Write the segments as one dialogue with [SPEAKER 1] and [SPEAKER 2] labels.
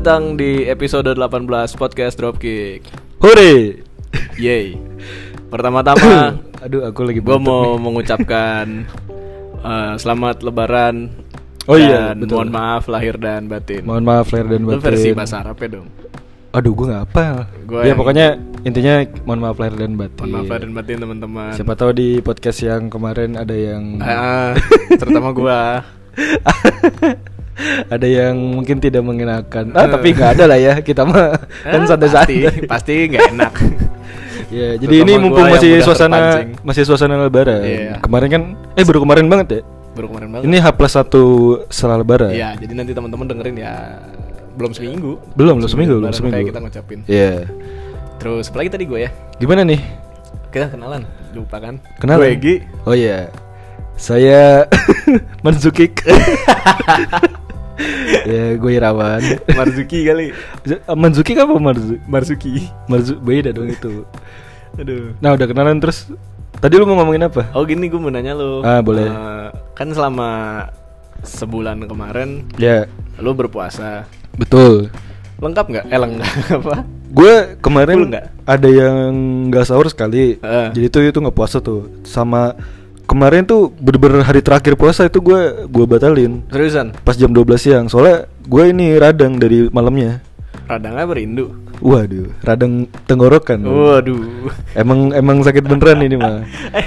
[SPEAKER 1] datang di episode 18 podcast Dropkick.
[SPEAKER 2] Hore.
[SPEAKER 1] Yeay. Pertama-tama
[SPEAKER 2] aduh, aku lagi
[SPEAKER 1] gue mau mengucapkan selamat lebaran.
[SPEAKER 2] Oh iya,
[SPEAKER 1] dan
[SPEAKER 2] betul.
[SPEAKER 1] mohon maaf lahir dan batin.
[SPEAKER 2] Mohon maaf lahir dan batin.
[SPEAKER 1] Lu versi bahasa Arabnya dong.
[SPEAKER 2] Aduh, gue nggak hafal.
[SPEAKER 1] Gua
[SPEAKER 2] Ya
[SPEAKER 1] yang-
[SPEAKER 2] pokoknya intinya mohon maaf lahir dan batin.
[SPEAKER 1] Mohon maaf lahir dan batin teman-teman.
[SPEAKER 2] Siapa tahu di podcast yang kemarin ada yang
[SPEAKER 1] Terutama gua.
[SPEAKER 2] ada yang mungkin tidak mengenakan. Tapi nggak ada lah ya, kita mah kan santai-santai.
[SPEAKER 1] Pasti nggak enak.
[SPEAKER 2] Ya, jadi
[SPEAKER 1] Terutama
[SPEAKER 2] ini
[SPEAKER 1] gua
[SPEAKER 2] mumpung
[SPEAKER 1] yang mudah terpancing.
[SPEAKER 2] masih suasana lebaran.
[SPEAKER 1] Iya.
[SPEAKER 2] Kemarin kan baru kemarin banget ya.
[SPEAKER 1] Baru kemarin banget.
[SPEAKER 2] Ini H+1 setelah lebaran.
[SPEAKER 1] Iya, jadi nanti teman-teman dengerin ya belum seminggu.
[SPEAKER 2] Belum seminggu.
[SPEAKER 1] Kayak kita ngucapin.
[SPEAKER 2] Iya.
[SPEAKER 1] Terus apalagi tadi gue ya?
[SPEAKER 2] Gimana nih?
[SPEAKER 1] Kita kenalan, lupa kan?
[SPEAKER 2] Kenalan?
[SPEAKER 1] Gue Egi.
[SPEAKER 2] Oh iya. Saya Marzukik. Ya, gue Irawan.
[SPEAKER 1] Marzuki kali.
[SPEAKER 2] Marzukik apa
[SPEAKER 1] Marzuki.
[SPEAKER 2] Beda dong itu.
[SPEAKER 1] Aduh.
[SPEAKER 2] Nah, udah kenalan terus. Tadi lu mau ngomongin apa?
[SPEAKER 1] Oh gini, gue mau nanya lo.
[SPEAKER 2] Boleh.
[SPEAKER 1] Kan selama sebulan kemarin
[SPEAKER 2] Ya,
[SPEAKER 1] lo berpuasa.
[SPEAKER 2] betul.
[SPEAKER 1] Lengkap nggak? Lengkap apa?
[SPEAKER 2] Gue kemarin
[SPEAKER 1] Full nggak?
[SPEAKER 2] ada yang nggak sahur sekali.
[SPEAKER 1] Heeh.
[SPEAKER 2] Jadi itu nggak puasa tuh. Sama kemarin tuh bener-bener hari terakhir puasa itu gue batalin
[SPEAKER 1] Seriusan?
[SPEAKER 2] pas jam 12 siang. Soalnya gue ini radang dari malamnya.
[SPEAKER 1] Radangnya berindu.
[SPEAKER 2] Waduh, radang tenggorokan.
[SPEAKER 1] Waduh.
[SPEAKER 2] Emang sakit beneran ini mah.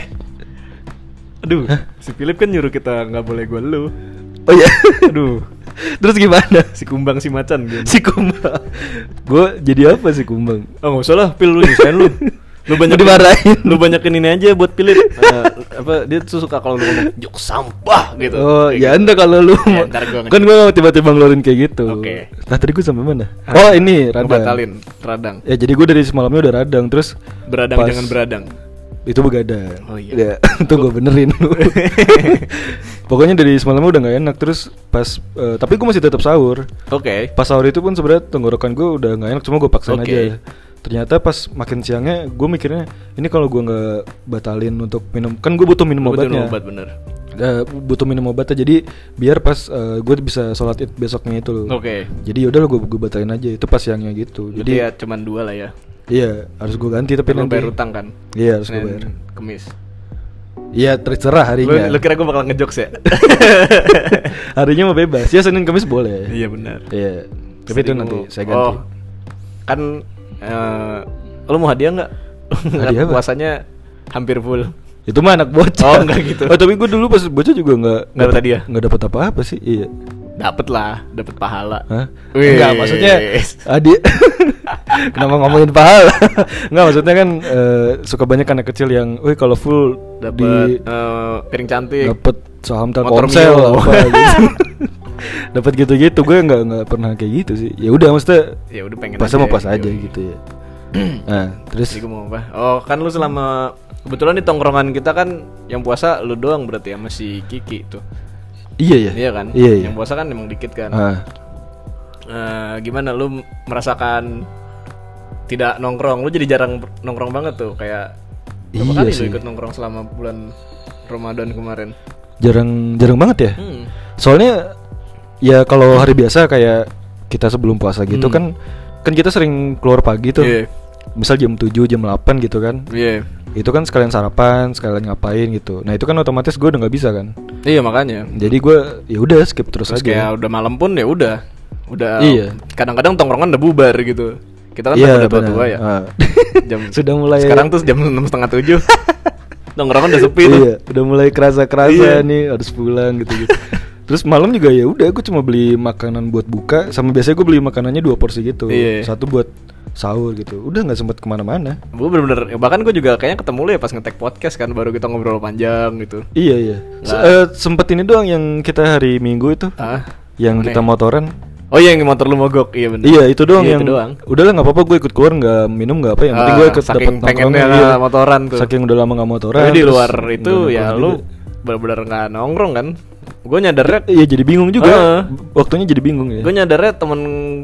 [SPEAKER 1] Aduh. Si Philip kan nyuruh kita nggak boleh gue lu.
[SPEAKER 2] Oh iya.
[SPEAKER 1] Aduh.
[SPEAKER 2] Terus gimana?
[SPEAKER 1] Si kumbang si macan gitu.
[SPEAKER 2] Si kumbang. Gue jadi apa sih kumbang?
[SPEAKER 1] Oh nggak usah lah, Phil, lu nyusahin lu. Lu banyak
[SPEAKER 2] dimarahin.
[SPEAKER 1] Lu banyakin ini aja buat Philip. Apa dia tuh suka kalau lu ngomong jok sampah gitu.
[SPEAKER 2] Oh
[SPEAKER 1] Kayak
[SPEAKER 2] ya
[SPEAKER 1] gitu.
[SPEAKER 2] anda kalau lu
[SPEAKER 1] Ya, ntar gua
[SPEAKER 2] kan gue tiba-tiba ngeluarin kayak gitu.
[SPEAKER 1] Oke.
[SPEAKER 2] Nah tadi gue sampai mana? Oh ini radang.
[SPEAKER 1] Ngebatalin radang.
[SPEAKER 2] Ya jadi gue dari semalamnya udah radang terus
[SPEAKER 1] Beradang
[SPEAKER 2] pas-
[SPEAKER 1] jangan beradang.
[SPEAKER 2] itu begadang.
[SPEAKER 1] Oh iya.
[SPEAKER 2] Ya, itu gue benerin lu. Pokoknya dari semalamnya udah nggak enak terus pas tapi gue masih tetap sahur.
[SPEAKER 1] Oke.
[SPEAKER 2] Pas sahur itu pun sebenarnya tenggorokan gue udah nggak enak, cuma gue paksain
[SPEAKER 1] Oke.
[SPEAKER 2] aja. Ternyata pas makin siangnya gue mikirnya ini kalau gue nggak batalin untuk minum, kan gue butuh minum
[SPEAKER 1] Betul,
[SPEAKER 2] obatnya.
[SPEAKER 1] obat bener.
[SPEAKER 2] Butuh minum obatnya jadi biar pas gue bisa sholat id besoknya itu loh.
[SPEAKER 1] Oke.
[SPEAKER 2] Jadi yaudah lo gue batalin aja itu pas siangnya gitu.
[SPEAKER 1] Jadi
[SPEAKER 2] Jadi
[SPEAKER 1] ya cuman 2 lah ya.
[SPEAKER 2] iya harus gue ganti tapi
[SPEAKER 1] Lu
[SPEAKER 2] nanti.
[SPEAKER 1] bayar utang kan?
[SPEAKER 2] Iya harus gue
[SPEAKER 1] Senin,
[SPEAKER 2] bayar.
[SPEAKER 1] Kemis.
[SPEAKER 2] Iya terserah harinya.
[SPEAKER 1] Lu kira gue bakal ngejokes ya?
[SPEAKER 2] Harinya mau bebas. Ya Senin Kamis boleh.
[SPEAKER 1] Iya benar.
[SPEAKER 2] Iya. Tapi itu nanti saya ganti.
[SPEAKER 1] Oh, kan lu mau hadiah nggak?
[SPEAKER 2] Hadiah apa?
[SPEAKER 1] Puasanya hampir full.
[SPEAKER 2] Itu mah anak bocah.
[SPEAKER 1] Oh, enggak gitu.
[SPEAKER 2] Oh tapi gue dulu pas bocah juga
[SPEAKER 1] Nggak dapet hadiah?
[SPEAKER 2] Nggak dapat apa-apa sih. Iya.
[SPEAKER 1] Dapet lah, dapet pahala.
[SPEAKER 2] Hah?
[SPEAKER 1] Wih.
[SPEAKER 2] Enggak maksudnya hadiah. Kenapa ngomongin pahala? Enggak maksudnya kan suka banyak anak kecil yang, wih kalau full
[SPEAKER 1] Dapet piring cantik.
[SPEAKER 2] dapat saham
[SPEAKER 1] Motor
[SPEAKER 2] Telkomsel
[SPEAKER 1] Mio.
[SPEAKER 2] apa gitu. Dapat gitu-gitu, gue nggak pernah kayak gitu sih. Ya udah maksudnya
[SPEAKER 1] Ya udah pengen
[SPEAKER 2] pas
[SPEAKER 1] aja.
[SPEAKER 2] mau pas aja
[SPEAKER 1] Yoi.
[SPEAKER 2] gitu ya. Nah terus
[SPEAKER 1] Jadi gue mau apa? Oh kan lu selama kebetulan di tongkrongan kita kan yang puasa lu doang berarti sama si Kiki tuh.
[SPEAKER 2] iya ya.
[SPEAKER 1] Iya kan?
[SPEAKER 2] Iya iya.
[SPEAKER 1] Yang puasa kan emang dikit kan. Gimana lu merasakan tidak nongkrong? Lu jadi jarang nongkrong banget tuh kayak berapa
[SPEAKER 2] Iya
[SPEAKER 1] kali
[SPEAKER 2] sih.
[SPEAKER 1] lu ikut nongkrong selama bulan Ramadan kemarin?
[SPEAKER 2] Jarang banget ya. Soalnya ya kalau hari biasa kayak kita sebelum puasa gitu kan kita sering keluar pagi tuh.
[SPEAKER 1] Iya.
[SPEAKER 2] Misal jam 7, jam 8 gitu kan.
[SPEAKER 1] Iya.
[SPEAKER 2] Itu kan sekalian sarapan, sekalian ngapain gitu. Nah, itu kan otomatis gue udah nggak bisa kan.
[SPEAKER 1] Iya makanya.
[SPEAKER 2] Jadi gue ya udah skip terus
[SPEAKER 1] Terus
[SPEAKER 2] aja.
[SPEAKER 1] kayak udah malam pun ya udah
[SPEAKER 2] Iya.
[SPEAKER 1] kadang-kadang tongkrongan udah bubar gitu. Kita kan
[SPEAKER 2] Iya,
[SPEAKER 1] udah
[SPEAKER 2] benar.
[SPEAKER 1] tua ya. Jam
[SPEAKER 2] Sudah mulai
[SPEAKER 1] sekarang tuh jam 6:30 tongkrongan udah sepi tuh.
[SPEAKER 2] Iya, udah mulai kerasa
[SPEAKER 1] Iya.
[SPEAKER 2] nih harus pulang gitu-gitu. Terus malam juga ya udah gue cuma beli makanan buat buka, sama biasanya gue beli makanannya 2 porsi gitu.
[SPEAKER 1] Iya.
[SPEAKER 2] Satu buat sahur gitu. Udah nggak sempet kemana-mana.
[SPEAKER 1] Gue bener-bener bahkan gue juga kayaknya ketemu lu ya pas nge-tag podcast kan, baru kita ngobrol panjang gitu.
[SPEAKER 2] Iya. Sempet ini doang yang kita hari Minggu itu.
[SPEAKER 1] Ah,
[SPEAKER 2] Yang
[SPEAKER 1] mana
[SPEAKER 2] kita
[SPEAKER 1] ya?
[SPEAKER 2] motoran.
[SPEAKER 1] Oh iya yang motor lu mogok, iya bener.
[SPEAKER 2] Iya itu doang
[SPEAKER 1] Iya,
[SPEAKER 2] yang
[SPEAKER 1] itu doang.
[SPEAKER 2] udahlah nggak apa-apa gue ikut keluar nggak minum nggak apa yang penting gue ikut
[SPEAKER 1] saking
[SPEAKER 2] dapet
[SPEAKER 1] pengennya
[SPEAKER 2] nongkrongnya, iya.
[SPEAKER 1] motoran tuh.
[SPEAKER 2] Saking udah lama nggak motoran.
[SPEAKER 1] Tapi di
[SPEAKER 2] terus
[SPEAKER 1] luar itu
[SPEAKER 2] nggak
[SPEAKER 1] ya
[SPEAKER 2] nongkrong
[SPEAKER 1] lu
[SPEAKER 2] juga.
[SPEAKER 1] bener-bener nggak nongkrong kan. Gue nyadarnya
[SPEAKER 2] Iya jadi bingung juga.
[SPEAKER 1] Heeh.
[SPEAKER 2] Waktunya jadi bingung ya.
[SPEAKER 1] gue nyadarnya temen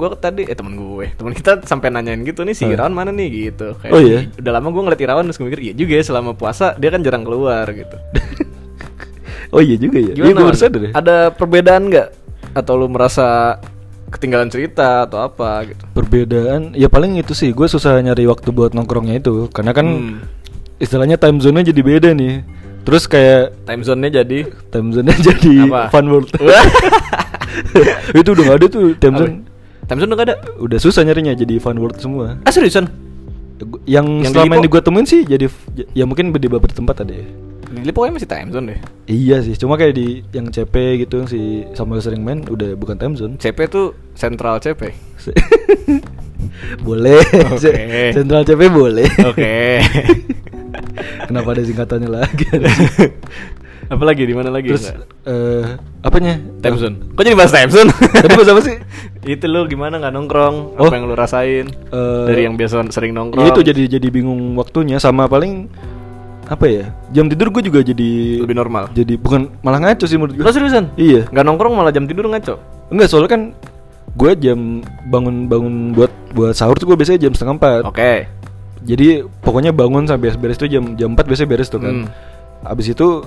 [SPEAKER 1] kita sampai nanyain gitu nih si Irawan mana nih gitu. Kayak,
[SPEAKER 2] Oh iya?
[SPEAKER 1] Udah lama gue ngeliat Irawan terus gue mikir iya juga ya selama puasa dia kan jarang keluar gitu.
[SPEAKER 2] Oh iya juga ya. Iya
[SPEAKER 1] Gimana?
[SPEAKER 2] gue baru sadar ya.
[SPEAKER 1] Ada perbedaan nggak? Atau lu merasa ketinggalan cerita atau apa gitu.
[SPEAKER 2] Perbedaan ya paling itu sih, gue susah nyari waktu buat nongkrongnya itu karena kan istilahnya time zone-nya jadi beda nih. Terus kayak
[SPEAKER 1] time zone-nya jadi apa?
[SPEAKER 2] Fun World. Itu udah gak ada tuh time zone.
[SPEAKER 1] Time zone udah gak ada.
[SPEAKER 2] Udah susah nyarinya, jadi Fun World semua.
[SPEAKER 1] Ah seriusan?
[SPEAKER 2] Yang selama ini gue temuin sih jadi ya mungkin di beberapa tempat ada ya.
[SPEAKER 1] Di pokoknya masih time zone deh.
[SPEAKER 2] Iya sih, cuma kayak di yang CP gitu yang si Samuel sering main udah bukan time zone.
[SPEAKER 1] CP tuh Central CP.
[SPEAKER 2] Boleh.
[SPEAKER 1] Okay.
[SPEAKER 2] Central CP boleh.
[SPEAKER 1] Oke.
[SPEAKER 2] Kenapa ada singkatannya lagi?
[SPEAKER 1] Apalagi di mana lagi?
[SPEAKER 2] Terus apanya?
[SPEAKER 1] Time zone. Kok jadi bahas time zone?
[SPEAKER 2] Tadi bahas apa sih?
[SPEAKER 1] Itu lu gimana nggak nongkrong? Apa yang lu rasain dari yang biasa sering nongkrong?
[SPEAKER 2] Ya itu jadi bingung waktunya, sama paling apa ya? Jam tidur gue juga jadi
[SPEAKER 1] lebih normal.
[SPEAKER 2] Jadi bukan malah ngaco sih menurut gue.
[SPEAKER 1] Lo seriusan?
[SPEAKER 2] Iya.
[SPEAKER 1] Nggak nongkrong malah jam tidur ngaco?
[SPEAKER 2] Enggak, soalnya kan gue jam bangun buat sahur tuh gue biasanya jam 3:30.
[SPEAKER 1] Oke.
[SPEAKER 2] Jadi pokoknya bangun sampai beres tuh jam 4 biasanya beres tuh kan. Abis itu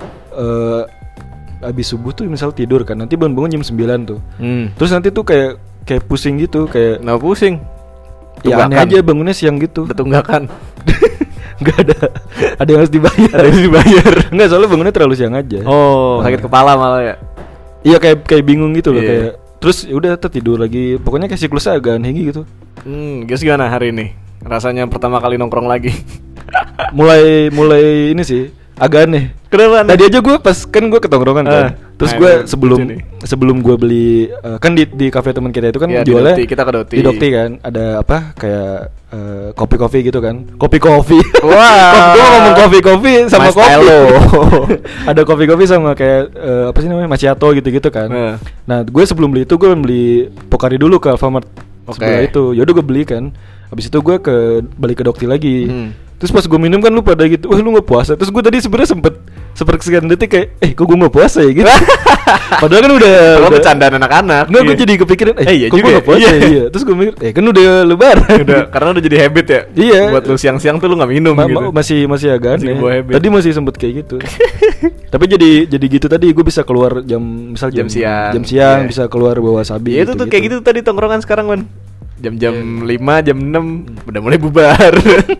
[SPEAKER 2] abis subuh tuh misal tidur kan, nanti bangun jam 9 tuh. Terus nanti tuh kayak pusing gitu, kayak
[SPEAKER 1] nggak pusing.
[SPEAKER 2] Ya aneh aja bangunnya siang gitu.
[SPEAKER 1] Betunggakan.
[SPEAKER 2] Nggak ada yang harus dibayar.
[SPEAKER 1] Ada yang dibayar.
[SPEAKER 2] Nggak, soalnya bangunnya terlalu siang aja.
[SPEAKER 1] Oh, sakit kepala malah ya.
[SPEAKER 2] Iya, kayak bingung gitu loh, kayak terus udah tertidur lagi. Pokoknya kayak siklusnya agak aneh gitu.
[SPEAKER 1] Guys gimana hari ini? Rasanya pertama kali nongkrong lagi.
[SPEAKER 2] mulai ini sih agak aneh.
[SPEAKER 1] Kenapa aneh?
[SPEAKER 2] Tadi aja gue pas kan gue ketongkrongan kan. Terus gue sebelum gue beli kan di kafe teman kita itu kan
[SPEAKER 1] ya,
[SPEAKER 2] jualnya
[SPEAKER 1] kita ke Doti.
[SPEAKER 2] Di Doti kan ada apa kayak kopi gitu kan. Kopi.
[SPEAKER 1] Wah.
[SPEAKER 2] Gue ngomong kopi sama kopi. Ada kopi sama kayak apa sih namanya macchiato gitu kan. Nah gue sebelum beli itu gue beli Pocari dulu ke Alfamart. Sebelah itu. Yaudah gue beli kan. Habis itu gue balik ke Dokti lagi. Terus pas gue minum kan lu pada gitu, wah lu gak puasa. Terus gue tadi sebenarnya sempet sekian detik kayak, kok gue gak puasa ya gitu. Padahal kan udah
[SPEAKER 1] bercandaan anak-anak.
[SPEAKER 2] Nggak, gue jadi kepikiran, kok gue gak puasa ya? Iya. Terus gue mikir, kan udah lebaran.
[SPEAKER 1] Karena udah jadi habit ya.
[SPEAKER 2] Iya.
[SPEAKER 1] Buat lu siang-siang tuh lu gak minum gitu.
[SPEAKER 2] Masih agak aneh. Tadi masih sempet kayak gitu. Tapi jadi gitu tadi, gue bisa keluar jam siang, bisa keluar bawa sabi.
[SPEAKER 1] Iya itu tuh kayak gitu tadi tongkrongan sekarang man. Jam 5, jam 6 udah mulai bubar.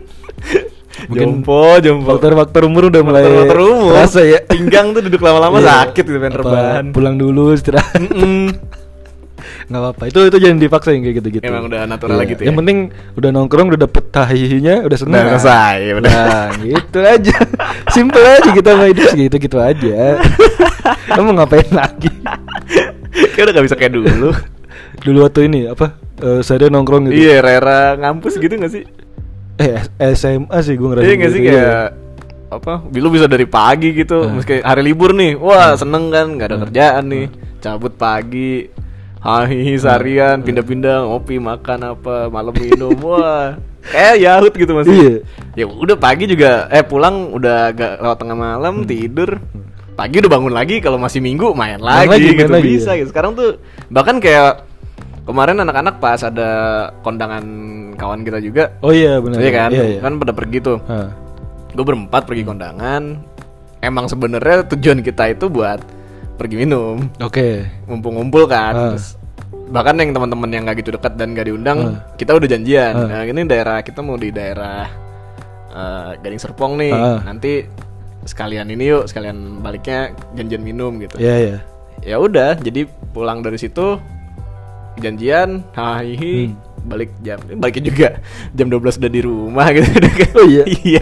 [SPEAKER 1] Mungkin
[SPEAKER 2] faktor umur udah mulai terasa ya.
[SPEAKER 1] Pinggang tuh duduk lama-lama sakit gitu pengen rebahan.
[SPEAKER 2] Pulang dulu istirahat. Nggak apa-apa, itu jangan dipaksa yang kayak gitu-gitu.
[SPEAKER 1] Emang udah natural gitu ya.
[SPEAKER 2] Yang penting udah nongkrong, udah dapet tahihinya, udah senang.
[SPEAKER 1] Udah selesai, udah.
[SPEAKER 2] Nah, gitu aja. Simple aja kita mah hidup gitu aja. Kamu ngapain lagi?
[SPEAKER 1] Kayak udah gak bisa kayak dulu.
[SPEAKER 2] Dulu waktu ini apa? Saya nongkrong gitu.
[SPEAKER 1] Iya, Rera ngampus gitu gak sih?
[SPEAKER 2] SMA sih gue ngerasa.
[SPEAKER 1] Iya gak sih
[SPEAKER 2] gitu,
[SPEAKER 1] kayak apa? Lu bisa dari pagi gitu, meski hari libur nih, wah seneng kan, nggak ada kerjaan nih, cabut pagi, seharian, pindah-pindah, ngopi, makan apa, malam minum, wah, kayak yahut gitu masih.
[SPEAKER 2] Iya.
[SPEAKER 1] Ya udah pagi juga, pulang udah agak lewat tengah malam, tidur. Pagi udah bangun lagi, kalau masih minggu main lagi gitu bisa gitu. Sekarang tuh bahkan kayak kemarin anak-anak pas ada kondangan kawan kita juga.
[SPEAKER 2] Oh iya benar.
[SPEAKER 1] Iya kan?
[SPEAKER 2] Iya.
[SPEAKER 1] Kan pada pergi tuh. Gue berempat pergi kondangan. Emang sebenarnya tujuan kita itu buat pergi minum.
[SPEAKER 2] Oke.
[SPEAKER 1] Ngumpul-ngumpul kan. Terus, bahkan yang teman-teman yang nggak gitu dekat dan nggak diundang, kita udah janjian. Nah ini daerah kita mau di daerah Gading Serpong nih. Nanti sekalian ini yuk, sekalian baliknya janjian minum gitu.
[SPEAKER 2] Iya.
[SPEAKER 1] Ya udah, jadi pulang dari situ janjian, baliknya juga jam 12 udah di rumah gitu.
[SPEAKER 2] Oh iya.
[SPEAKER 1] Iya.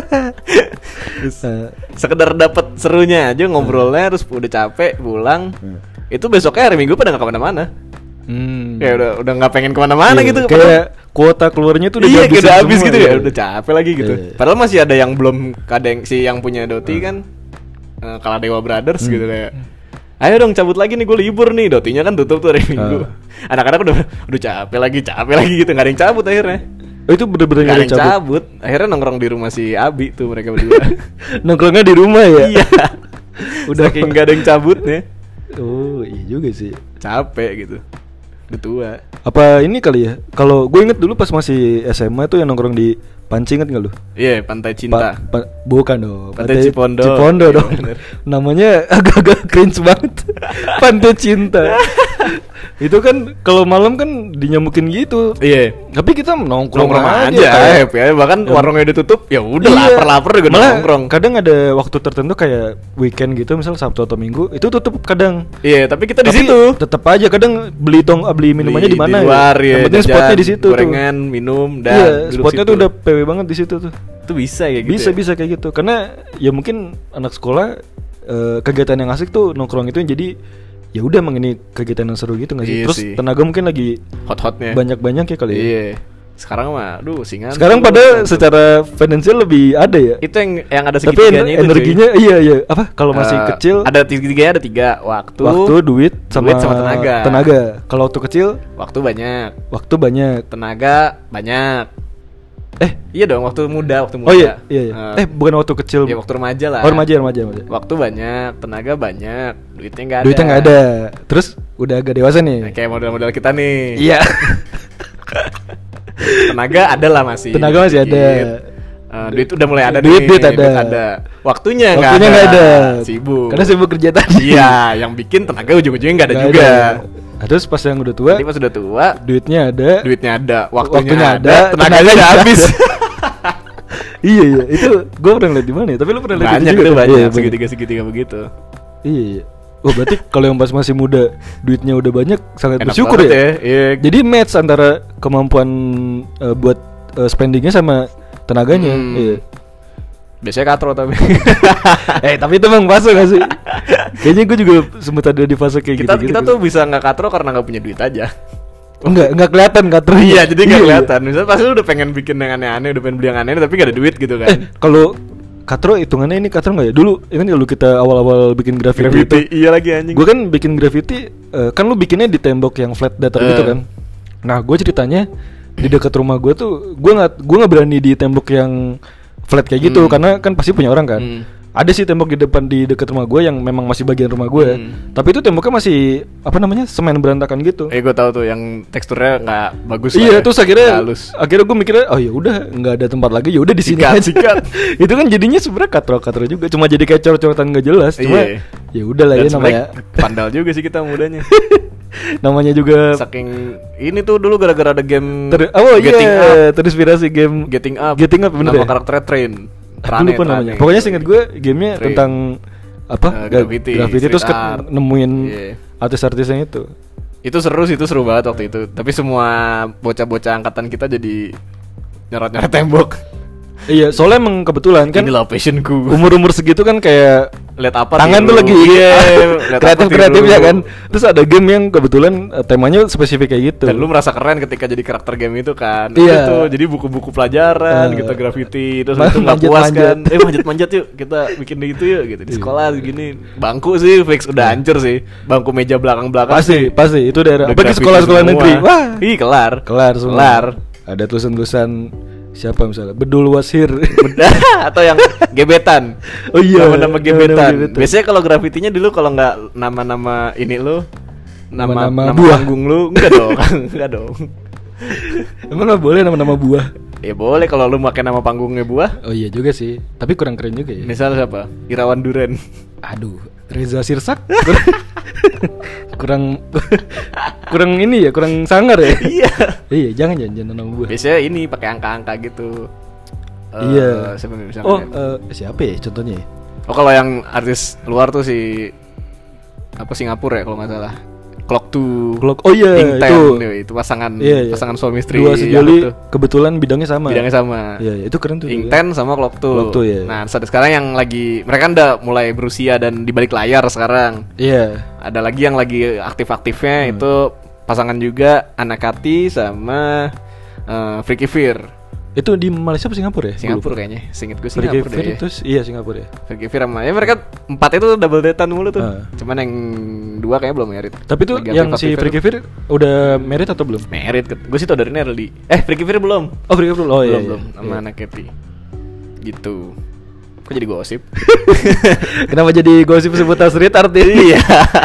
[SPEAKER 1] Terus, sekedar dapat serunya aja ngobrolnya, terus udah capek pulang. Itu besoknya hari Minggu pada nggak kemana-mana. Kayak udah nggak pengen kemana-mana gitu.
[SPEAKER 2] Kayak kuota keluarnya tuh udah
[SPEAKER 1] udah habis gitu ya. Udah capek lagi gitu. Padahal masih ada yang belum, ada yang si yang punya Doti kan, Kaladewa Brothers gitu kayak. Ayo dong cabut lagi nih, gue libur nih. Dotinya kan tutup tuh hari Minggu. Anak-anak udah capek lagi gitu, nggak ada yang cabut akhirnya.
[SPEAKER 2] Oh itu bener-bener nggak ada yang
[SPEAKER 1] cabut. Akhirnya nongkrong di rumah si Abi tuh mereka berdua.
[SPEAKER 2] Nongkrongnya di rumah ya?
[SPEAKER 1] Iya. Udah kayak nggak ada yang cabutnya.
[SPEAKER 2] Oh iya juga sih.
[SPEAKER 1] Capek gitu. Udah tua.
[SPEAKER 2] Apa ini kali ya? Kalau gue inget dulu pas masih SMA tuh yang nongkrong di Panci, inget nggak lu?
[SPEAKER 1] Iya, Pantai Cinta.
[SPEAKER 2] Bukan dong.
[SPEAKER 1] Pantai Cipondo.
[SPEAKER 2] Cipondo dong. Namanya agak-agak cringe banget. Pantai Cinta. Itu kan kalau malam kan dinyamukin gitu.
[SPEAKER 1] Iya.
[SPEAKER 2] Tapi kita nongkrong
[SPEAKER 1] aja. Ya. Bahkan warungnya udah tutup, ya udah lapar juga nongkrong.
[SPEAKER 2] Kadang ada waktu tertentu kayak weekend gitu, misal Sabtu atau Minggu, itu tutup kadang.
[SPEAKER 1] Iya, tapi kita di situ.
[SPEAKER 2] Tetap aja kadang beli minumannya di mana.
[SPEAKER 1] Di luar ya.
[SPEAKER 2] Yang penting spotnya di situ.
[SPEAKER 1] Gorengan, minum dan
[SPEAKER 2] iya, spotnya tuh udah PW banget di situ tuh.
[SPEAKER 1] Itu bisa kayak gitu.
[SPEAKER 2] Bisa kayak gitu. Karena ya mungkin anak sekolah kegiatan yang asik tuh nongkrong itu, jadi ya udah emang ini kegiatan yang seru gitu nggak sih?
[SPEAKER 1] Iya
[SPEAKER 2] Terus
[SPEAKER 1] sih.
[SPEAKER 2] tenaga mungkin lagi
[SPEAKER 1] hot-hotnya
[SPEAKER 2] banyak ya kali ya.
[SPEAKER 1] Iya. Sekarang mah singan.
[SPEAKER 2] Sekarang pada secara finansial lebih ada ya.
[SPEAKER 1] Itu yang ada
[SPEAKER 2] segitiganya. Tapi energinya cuy. Iya. Apa kalau masih kecil?
[SPEAKER 1] Ada segitiganya, ada 3. Waktu,
[SPEAKER 2] duit sama tenaga. Kalau waktu kecil?
[SPEAKER 1] Waktu banyak. Tenaga banyak. Iya dong, waktu muda.
[SPEAKER 2] Oh iya. Bukan waktu kecil.
[SPEAKER 1] Ya waktu remaja lah.
[SPEAKER 2] Oh remaja.
[SPEAKER 1] Waktu banyak, tenaga banyak, duitnya nggak
[SPEAKER 2] ada. Terus udah agak dewasa nih.
[SPEAKER 1] Nah, kayak model-model kita nih.
[SPEAKER 2] Iya.
[SPEAKER 1] Tenaga ada lah masih.
[SPEAKER 2] Tenaga masih ada.
[SPEAKER 1] Duit udah mulai ada
[SPEAKER 2] duit
[SPEAKER 1] nih.
[SPEAKER 2] Duit ada.
[SPEAKER 1] Waktunya nggak ada. Sibuk.
[SPEAKER 2] Karena sibuk kerja tadi.
[SPEAKER 1] Iya, yang bikin tenaga ujung-ujungnya nggak ada juga.
[SPEAKER 2] Terus pas yang udah tua, duitnya ada, waktunya ada, tenaganya udah habis. Iya, itu gue pernah lihat di mana ya? Tapi lu pernah lihat
[SPEAKER 1] juga? Banyak, segitiga begitu.
[SPEAKER 2] Iya. Oh berarti kalau yang pas masih muda duitnya udah banyak, sangat
[SPEAKER 1] enak
[SPEAKER 2] bersyukur ya.
[SPEAKER 1] Iya.
[SPEAKER 2] Jadi match antara kemampuan buat spendingnya sama tenaganya. Iya.
[SPEAKER 1] Biasanya katro tapi.
[SPEAKER 2] Tapi itu emang fase gak sih? Kayaknya gue juga sempet ada di fase kayak gitu.
[SPEAKER 1] Kita tuh bisa nggak katro karena nggak punya duit aja.
[SPEAKER 2] Enggak kelihatan katro.
[SPEAKER 1] Iya, jadi nggak kelihatan. Misalnya pasti lu udah pengen bikin yang aneh-aneh, udah pengen beli yang aneh tapi nggak ada duit gitu kan.
[SPEAKER 2] Kalau katro hitungannya ini katro nggak ya? Dulu kan kalau kita awal-awal bikin graffiti itu,
[SPEAKER 1] iya lagi anjing.
[SPEAKER 2] Gue kan bikin graffiti, kan lu bikinnya di tembok yang flat datar gitu kan. Nah gue ceritanya di dekat rumah gue tuh, gue nggak berani di tembok yang flat kayak gitu karena kan pasti punya orang kan. Ada sih tembok di dekat rumah gue yang memang masih bagian rumah gue. Tapi itu temboknya masih semen berantakan gitu.
[SPEAKER 1] Gue tahu tuh yang teksturnya nggak bagus.
[SPEAKER 2] Iya, terus akhirnya gue mikirnya oh ya udah nggak ada tempat lagi, ya udah di sini aja. Itu kan jadinya sebenarnya katro juga, cuma jadi kayak cor-corotan nggak jelas. Cuma ya udah lah ya namanya.
[SPEAKER 1] Pandal juga sih kita mudanya.
[SPEAKER 2] Namanya juga
[SPEAKER 1] saking ini tuh dulu gara-gara ada game
[SPEAKER 2] terinspirasi game
[SPEAKER 1] Getting Up
[SPEAKER 2] bener
[SPEAKER 1] nama karakternya Train.
[SPEAKER 2] Aku lupa namanya. Pokoknya seingat gue gamenya tentang graffiti terus nemuin artis-artis yang itu.
[SPEAKER 1] Itu seru banget waktu itu. Tapi semua bocah-bocah angkatan kita jadi nyorot-nyorot tembok.
[SPEAKER 2] Iya, soalnya emang kebetulan kan
[SPEAKER 1] inilah passionku.
[SPEAKER 2] Umur segitu kan kayak
[SPEAKER 1] lihat apa
[SPEAKER 2] tangan tuh lagi kreatif ya kan. Terus ada game yang kebetulan temanya spesifik kayak gitu.
[SPEAKER 1] Dan lu merasa keren ketika jadi karakter game itu kan.
[SPEAKER 2] Iya.
[SPEAKER 1] Itu jadi buku-buku pelajaran gitu graffiti terus itu enggak puas kan. Manjat-manjat yuk, kita bikin gitu yuk gitu. Di sekolah gini. Bangku sih fix udah hancur sih. Bangku meja belakang-belakang.
[SPEAKER 2] Pasti itu daerah. Apalagi sekolah-sekolah negeri.
[SPEAKER 1] Wah, kelar semua.
[SPEAKER 2] Ada tulisan-tulisan siapa misalnya Bedul Wasir
[SPEAKER 1] atau yang gebetan.
[SPEAKER 2] Oh iya,
[SPEAKER 1] nama gebetan. Biasanya kalau grafitinya dulu kalau nggak nama-nama ini lu, nama panggung lu enggak dong.
[SPEAKER 2] Emang nggak boleh nama-nama buah?
[SPEAKER 1] Ya boleh kalau lu pakai nama panggungnya buah.
[SPEAKER 2] Oh iya juga sih, tapi kurang keren juga ya.
[SPEAKER 1] Misal siapa? Irawan Duren.
[SPEAKER 2] Aduh, Reza Sirsak. kurang ini ya, kurang sangar ya. Iya, jangan nama buah.
[SPEAKER 1] Biasanya ini pakai angka-angka gitu.
[SPEAKER 2] Iya. Siapa ya contohnya?
[SPEAKER 1] Oh kalau yang artis luar tuh Singapura ya kalau nggak salah. Clock 2.
[SPEAKER 2] Oh iya,
[SPEAKER 1] itu pasangan pasangan suami istri.
[SPEAKER 2] Dua sejoli kebetulan bidangnya sama. Iya, itu keren tuh.
[SPEAKER 1] Ink 10 sama Clock 2.
[SPEAKER 2] Ya.
[SPEAKER 1] Nah, sekarang yang lagi mereka udah mulai berusia dan di balik layar sekarang.
[SPEAKER 2] Iya.
[SPEAKER 1] Ada lagi yang lagi aktif-aktifnya itu pasangan juga Anakati sama Freaky Fir.
[SPEAKER 2] Itu di Malaysia apa Singapura ya?
[SPEAKER 1] Singapura kayaknya. Seinget gue Singapura deh.
[SPEAKER 2] Itu iya Singapura ya.
[SPEAKER 1] Freaky Fir sama mereka 4 itu double datean mulu tuh. Cuman yang 2 kayaknya belum married.
[SPEAKER 2] Tapi tuh yang si Freaky Fir udah married atau belum?
[SPEAKER 1] Married. Gue sih tau dari Nerdy. Freaky Fir belum.
[SPEAKER 2] Oh, Freaky Fir belum. Oh iya.
[SPEAKER 1] Belum sama Anakati. Gitu. Kok jadi gosip?
[SPEAKER 2] Kenapa jadi gosip seputar street art ya?
[SPEAKER 1] Iya.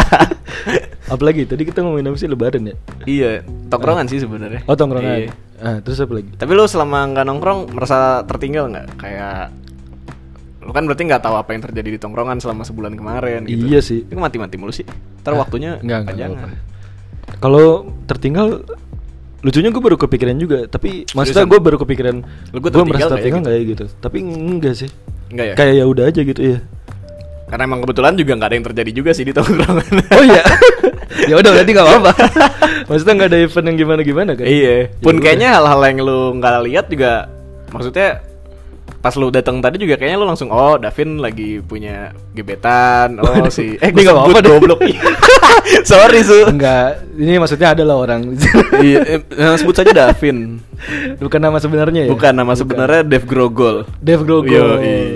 [SPEAKER 2] Apalagi tadi kita ngomongin apa sih, lebaran ya?
[SPEAKER 1] Iya, tongkrongan sih sebenarnya.
[SPEAKER 2] Oh, tongkrongan. Iya. Terus apa lagi?
[SPEAKER 1] Tapi lu selama nggak nongkrong merasa tertinggal nggak? Kayak lu kan berarti nggak tahu apa yang terjadi di tongkrongan selama sebulan kemarin gitu.
[SPEAKER 2] Iya sih.
[SPEAKER 1] Itu mati-mati mulu sih. Ntar waktunya
[SPEAKER 2] enggak. Kalau tertinggal, lucunya gue baru kepikiran juga. Tapi maksudnya gue baru kepikiran gue merasa tertinggal nggak ya gitu. Tapi enggak sih.
[SPEAKER 1] Enggak ya?
[SPEAKER 2] Kayak ya udah aja gitu ya.
[SPEAKER 1] Karena emang kebetulan juga nggak ada yang terjadi juga sih di tongkrongan.
[SPEAKER 2] Oh iya. Ya udah berarti nggak apa-apa. Maksudnya nggak ada event yang gimana kan?
[SPEAKER 1] Iya. Pun kayaknya hal-hal yang lu nggak lihat juga, maksudnya pas lu datang tadi juga kayaknya lu langsung Davin lagi punya gebetan. Si
[SPEAKER 2] ini nggak apa-apa deh.
[SPEAKER 1] Goblok. Sorry Su.
[SPEAKER 2] Enggak. Ini maksudnya adalah orang.
[SPEAKER 1] Iya. Sebut saja Davin.
[SPEAKER 2] Bukan nama sebenarnya ya?
[SPEAKER 1] Bukan nama sebenarnya Dev Grogol.
[SPEAKER 2] Dev Grogol.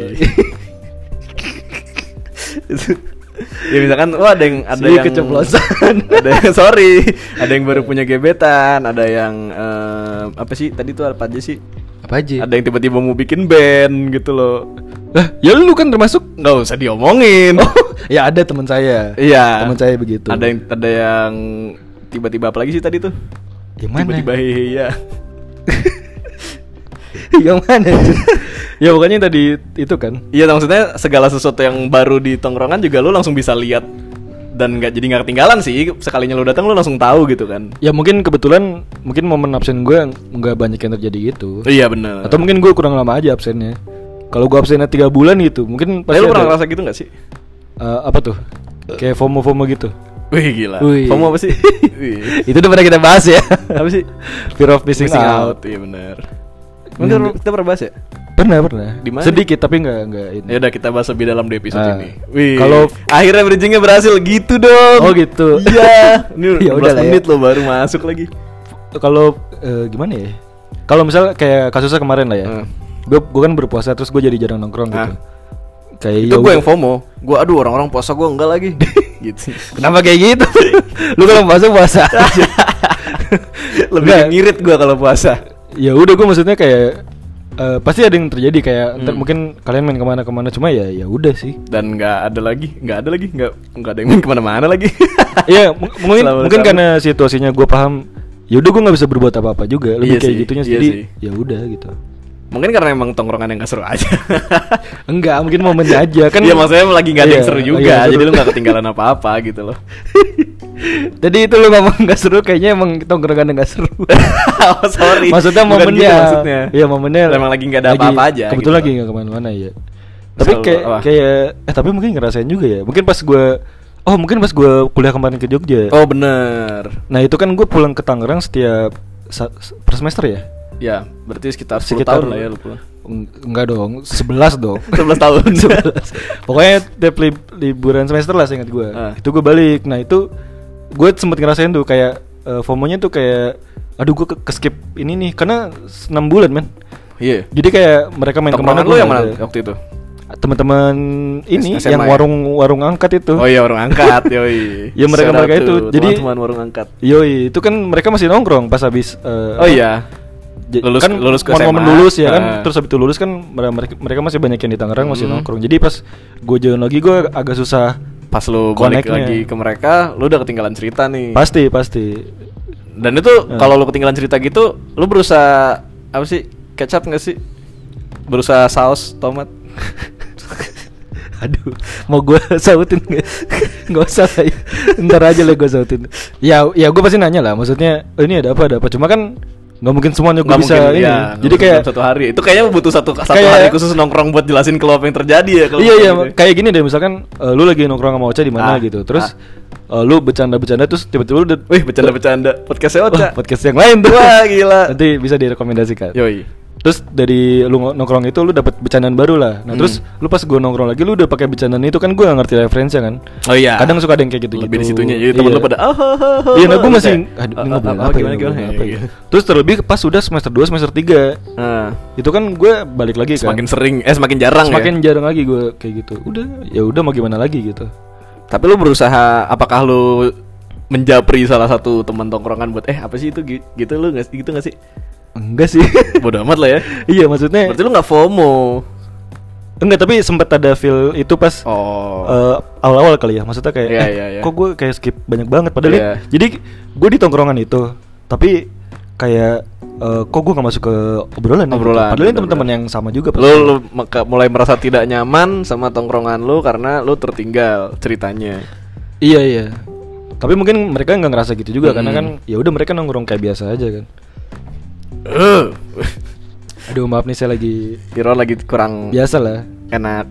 [SPEAKER 1] Ya misalkan ada yang
[SPEAKER 2] keceplosan.
[SPEAKER 1] ada yang baru punya gebetan, ada yang apa sih tadi tuh apa aja sih?
[SPEAKER 2] Apa aja?
[SPEAKER 1] Ada yang tiba-tiba mau bikin band gitu loh.
[SPEAKER 2] Lah, ya lu kan termasuk.
[SPEAKER 1] Nggak usah diomongin.
[SPEAKER 2] Ya ada teman saya.
[SPEAKER 1] Iya.
[SPEAKER 2] Teman saya begitu.
[SPEAKER 1] Ada yang tiba-tiba apa lagi sih tadi tuh?
[SPEAKER 2] Yang mana?
[SPEAKER 1] Tiba-tiba iya.
[SPEAKER 2] Yang mana? Ya pokoknya tadi itu kan.
[SPEAKER 1] Iya, maksudnya segala sesuatu yang baru di tongkrongan juga lu langsung bisa lihat dan nggak ketinggalan sih. Sekalinya lu datang lu langsung tahu gitu kan.
[SPEAKER 2] Ya mungkin kebetulan momen absen gue nggak banyak yang terjadi gitu.
[SPEAKER 1] Iya benar.
[SPEAKER 2] Atau mungkin gue kurang lama aja absennya. Kalau gue absennya 3 bulan gitu, mungkin pasti.
[SPEAKER 1] Lu pernah ngerasa gitu nggak sih?
[SPEAKER 2] Apa tuh? Kayak FOMO gitu.
[SPEAKER 1] Wih gila. FOMO apa sih?
[SPEAKER 2] Itu udah pernah kita bahas ya.
[SPEAKER 1] Apa sih?
[SPEAKER 2] Fear of missing out.
[SPEAKER 1] Iya benar. Mungkin kita pernah bahas ya?
[SPEAKER 2] Pernah.
[SPEAKER 1] Dimana?
[SPEAKER 2] Sedikit tapi enggak ini.
[SPEAKER 1] Ya udah kita bahas lebih dalam di episode ini.
[SPEAKER 2] Wih. Kalau
[SPEAKER 1] akhirnya bridgingnya berhasil gitu dong.
[SPEAKER 2] Oh gitu.
[SPEAKER 1] Iya. Ini
[SPEAKER 2] ya
[SPEAKER 1] 15 menit lo baru masuk lagi.
[SPEAKER 2] Kalau gimana ya? Kalau misal kayak kasusnya kemarin lah ya. Gue kan berpuasa terus gue jadi jarang nongkrong gitu. Kayak
[SPEAKER 1] itu gue yang FOMO. Gue orang-orang puasa gue enggak lagi. Gitu.
[SPEAKER 2] Kenapa kayak gitu? Lu kalau puasa aja.
[SPEAKER 1] Lebih ngirit gue kalau puasa.
[SPEAKER 2] Ya udah gue maksudnya kayak pasti ada yang terjadi kayak ntar mungkin kalian main kemana cuma ya udah sih.
[SPEAKER 1] Dan nggak ada lagi nggak ada yang main kemana-mana lagi.
[SPEAKER 2] Iya mungkin karena situasinya gue paham. Ya udah gue nggak bisa berbuat apa-apa juga lebih kayak gitunya jadi ya udah gitu.
[SPEAKER 1] Mungkin karena emang tongkrongan yang gak seru aja.
[SPEAKER 2] Enggak, mungkin momennya aja kan.
[SPEAKER 1] Iya maksudnya lagi gak ada yang seru juga. Jadi lu gak ketinggalan apa-apa gitu loh.
[SPEAKER 2] Tadi itu lu ngomong gak seru, kayaknya emang tongkrongan yang gak seru.
[SPEAKER 1] Oh sorry.
[SPEAKER 2] Maksudnya momennya gitu maksudnya. Iya momennya
[SPEAKER 1] emang lagi gak ada apa-apa aja.
[SPEAKER 2] Kebetulan gitu. Lagi gak kemana-mana ya. Tapi kayak tapi mungkin ngerasain juga ya. Mungkin pas gue kuliah kemarin ke Jogja.
[SPEAKER 1] Oh bener.
[SPEAKER 2] Nah itu kan gue pulang ke Tangerang setiap per semester ya.
[SPEAKER 1] Ya, berarti sekitar 10 tahun lah ya lu pulang.
[SPEAKER 2] Enggak dong, 11 dong.
[SPEAKER 1] 11 tahun.
[SPEAKER 2] 11. Pokoknya tiap liburan semester lah seingat gue. Itu gue balik. Nah, itu gue sempet ngerasain tuh kayak FOMO-nya tuh kayak aduh gue ke-skip ini nih karena 6 bulan, men.
[SPEAKER 1] Iya.
[SPEAKER 2] Jadi kayak mereka main kemana
[SPEAKER 1] lu yang mana waktu itu?
[SPEAKER 2] Teman-teman ini SMA yang warung angkat itu.
[SPEAKER 1] Oh iya warung angkat, yoi.
[SPEAKER 2] Ya mereka itu. Jadi
[SPEAKER 1] teman warung angkat.
[SPEAKER 2] Yoi, itu kan mereka masih nongkrong pas habis
[SPEAKER 1] oh iya.
[SPEAKER 2] Lulus ke SMA. Momen lulus ya kan. Terus habis itu lulus kan mereka masih banyak yang di Tangerang masih nongkrong. Jadi pas gue jalan lagi gue agak susah.
[SPEAKER 1] Pas lu balik lagi ke mereka, lu udah ketinggalan cerita nih.
[SPEAKER 2] Pasti.
[SPEAKER 1] Dan itu kalau lu ketinggalan cerita gitu, lu berusaha apa sih? Kecap enggak sih? Berusaha saus tomat.
[SPEAKER 2] Aduh, mau gue sautin nggak usah lah ya. Ntar aja lah gue sautin. Ya gue pasti nanya lah. Maksudnya ini ada apa? Cuma kan nggak mungkin semuanya gue bisa mungkin, ini. Ya, jadi kayak
[SPEAKER 1] satu hari. Itu kayaknya butuh satu hari khusus nongkrong buat jelasin kalau apa yang terjadi ya.
[SPEAKER 2] Iya gitu. Kayak gini deh. Misalkan lu lagi nongkrong sama Ocha di mana gitu. Terus lu bercanda terus tiba-tiba lu
[SPEAKER 1] bercanda podcastnya Ocha.
[SPEAKER 2] Podcast yang lain tuh.
[SPEAKER 1] Wah gila.
[SPEAKER 2] Nanti bisa direkomendasikan.
[SPEAKER 1] Yoi.
[SPEAKER 2] Terus dari lu nongkrong itu lu dapat bercandaan baru lah. Nah terus lu pas gue nongkrong lagi lu udah pakai bercandaan itu kan gue gak ngerti referensinya kan.
[SPEAKER 1] Oh iya.
[SPEAKER 2] Kadang suka ada yang kayak gitu.
[SPEAKER 1] Lebih di situnya. Jadi temen lu pada
[SPEAKER 2] iya, nah gue masih aduh ini ngobrol apa ya. Terus terlebih pas udah semester 2 semester 3. Itu kan gue balik lagi kan.
[SPEAKER 1] Semakin jarang
[SPEAKER 2] jarang lagi gue kayak gitu. Ya udah mau gimana lagi gitu.
[SPEAKER 1] Tapi lu berusaha, apakah lu menjapri salah satu teman tongkrongan buat apa sih itu gitu lu gitu gak sih?
[SPEAKER 2] Enggak sih.
[SPEAKER 1] Bodoh amat lah ya.
[SPEAKER 2] Iya maksudnya.
[SPEAKER 1] Berarti lu gak FOMO?
[SPEAKER 2] Enggak, tapi sempet ada feel itu pas awal-awal kali ya. Maksudnya kayak kok gue kayak skip banyak banget. Padahal jadi gue di tongkrongan itu, tapi kayak kok gue gak masuk ke obrolan. Padahal ini teman-teman yang sama juga.
[SPEAKER 1] Lu mulai merasa tidak nyaman sama tongkrongan lu karena lu tertinggal ceritanya.
[SPEAKER 2] Iya. Tapi mungkin mereka nggak ngerasa gitu juga karena kan ya udah mereka nongkrong kayak biasa aja kan. Aduh maaf nih saya lagi
[SPEAKER 1] Iron lagi kurang
[SPEAKER 2] biasa lah.
[SPEAKER 1] Enak.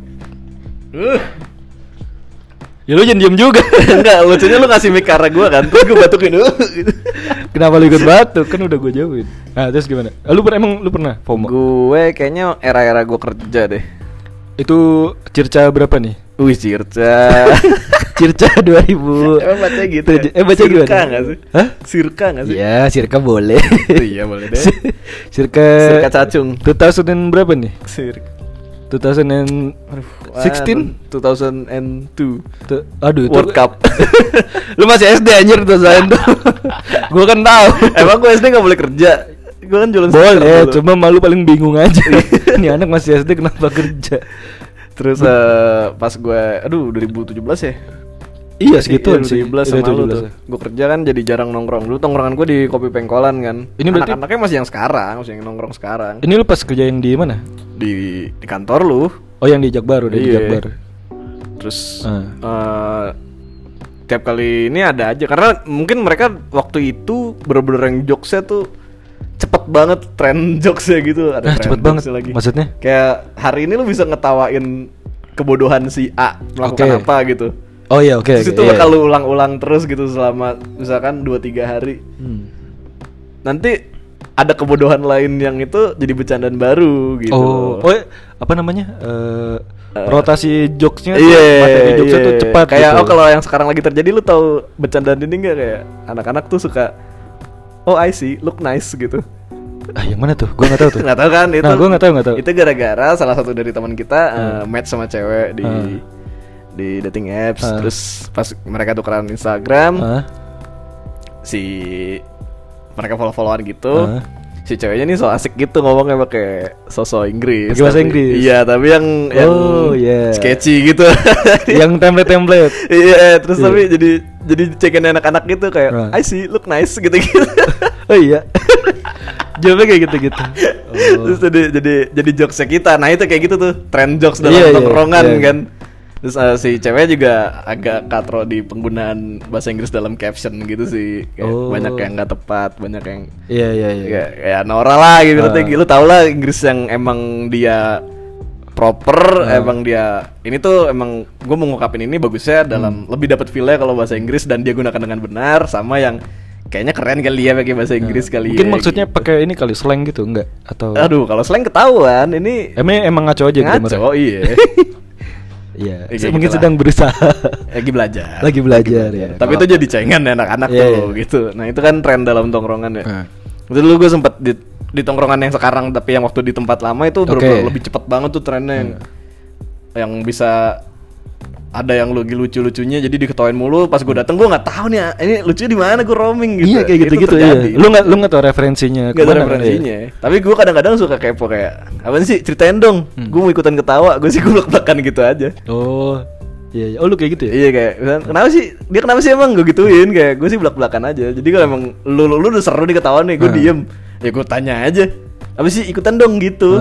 [SPEAKER 2] Ya lu jangan diem juga.
[SPEAKER 1] Enggak, lucunya lu ngasih mic ke arah gue kan. Terus gue batukin gitu.
[SPEAKER 2] Kenapa lu ikut batuk? Kan udah gue jauhin. Nah terus gimana? Emang lu pernah FOMO?
[SPEAKER 1] Gue kayaknya era-era gue kerja deh.
[SPEAKER 2] Itu Circa berapa nih?
[SPEAKER 1] Wih Circa.
[SPEAKER 2] Circa 2000.
[SPEAKER 1] Emang baca gitu ya?
[SPEAKER 2] Baca gimana?
[SPEAKER 1] Circa gak sih?
[SPEAKER 2] Hah?
[SPEAKER 1] Circa gak sih?
[SPEAKER 2] Ya Circa boleh.
[SPEAKER 1] Iya boleh deh.
[SPEAKER 2] Circa
[SPEAKER 1] cacung
[SPEAKER 2] 2000 berapa nih?
[SPEAKER 1] Circa
[SPEAKER 2] 2016?
[SPEAKER 1] 2002.
[SPEAKER 2] Aduh itu
[SPEAKER 1] World Cup.
[SPEAKER 2] Lu masih SD anjir 2000 tuh. Gua kan tahu.
[SPEAKER 1] Emang gue SD gak boleh kerja? Gue kan jualan
[SPEAKER 2] boleh, cuma malu paling bingung aja. Ini anak masih SD kenapa kerja?
[SPEAKER 1] Terus pas gue 2017 ya?
[SPEAKER 2] Iya segitu
[SPEAKER 1] sih. 2017 sama lu tuh. Gue kerja kan jadi jarang nongkrong. Dulu tongkrongan gue di Kopi Pengkolan kan. Ini berarti anak-anaknya masih yang sekarang, masih yang nongkrong sekarang.
[SPEAKER 2] Ini lu pas kerja yang di mana?
[SPEAKER 1] Di kantor lu.
[SPEAKER 2] Oh yang di Jakbar, udah di Jakbar.
[SPEAKER 1] Terus tiap kali ini ada aja karena mungkin mereka waktu itu bener-bener yang jokesnya tuh cepet banget tren jokesnya gitu. Ada
[SPEAKER 2] cepet banget lagi. Maksudnya?
[SPEAKER 1] Kayak hari ini lu bisa ngetawain kebodohan si A melakukan apa gitu.
[SPEAKER 2] Oh iya oke.
[SPEAKER 1] Terus itu bakal lu ulang-ulang terus gitu selama misalkan 2-3 hari. Nanti ada kebodohan lain yang itu jadi bercandaan baru gitu.
[SPEAKER 2] Oh apa namanya? Rotasi jokesnya
[SPEAKER 1] materi
[SPEAKER 2] jokesnya tuh cepat
[SPEAKER 1] kayak
[SPEAKER 2] gitu.
[SPEAKER 1] Kalau yang sekarang lagi terjadi lu tahu bercandaan ini enggak kayak anak-anak tuh suka I see, look nice gitu.
[SPEAKER 2] Yang mana tuh? Gua nggak tahu tuh.
[SPEAKER 1] Nggak tahu kan itu.
[SPEAKER 2] Nah, gua nggak tahu.
[SPEAKER 1] Itu gara-gara salah satu dari teman kita match sama cewek di dating apps. Terus pas mereka tukeran Instagram, mereka follow-followan gitu. Si ceweknya nih so asik gitu ngomongnya pakai sosok Inggris.
[SPEAKER 2] Pakai bahasa Inggris.
[SPEAKER 1] Iya, tapi yang sketchy gitu.
[SPEAKER 2] Yang template.
[SPEAKER 1] Iya, terus tapi jadi cekin anak-anak gitu kayak I see, look nice gitu-gitu.
[SPEAKER 2] Oh iya. Jawabnya kayak gitu-gitu.
[SPEAKER 1] Terus jadi jokesnya kita. Nah, itu kayak gitu tuh, trend jokes dalam tongkrongan kan. Terus si cewek juga agak katro di penggunaan bahasa Inggris dalam caption gitu sih. Kayak banyak yang gak tepat, banyak yang ya Nora lah gitu. Lu tau lah Inggris yang emang dia proper, emang dia ini tuh emang gue mau ngungkapin ini bagusnya dalam lebih dapat feel-nya kalau bahasa Inggris dan dia gunakan dengan benar, sama yang kayaknya keren kali ya pakai bahasa Inggris kali.
[SPEAKER 2] Mungkin maksudnya pakai ini kali slang gitu enggak? Atau
[SPEAKER 1] aduh, kalau slang ketahuan ini
[SPEAKER 2] emang ngaco aja gitu.
[SPEAKER 1] Ngaco, iya.
[SPEAKER 2] Iya, mungkin sedang berusaha.
[SPEAKER 1] Lagi belajar
[SPEAKER 2] ya.
[SPEAKER 1] Tapi itu jadi cengan anak-anak tuh gitu. Nah, itu kan tren dalam tongkrongan ya. Itu dulu gue sempet di tongkrongan yang sekarang, tapi yang waktu di tempat lama itu lebih cepet banget tuh trennya. Yang bisa ada yang lagi lucu-lucunya jadi diketawain mulu. Pas gue dateng gue nggak tahu nih ini lucu di mana, gue roaming gitu.
[SPEAKER 2] Iya kayak gitu-gitu ya. Lu nggak tahu referensinya.
[SPEAKER 1] Nggak tahu referensinya. Ya. Tapi gue kadang-kadang suka kepo kayak apa sih, ceritain dong. Gue mau ikutan ketawa. Gue sih gue belak-belakan gitu aja.
[SPEAKER 2] Oh iya. Oh lu kayak gitu ya?
[SPEAKER 1] Iya kayak kenapa sih emang gue gituin, kayak gue sih belak-belakan aja. Jadi kalau emang lu udah seru diketawain nih, gue diem. Ya gue tanya aja. Apa sih, ikutan dong gitu.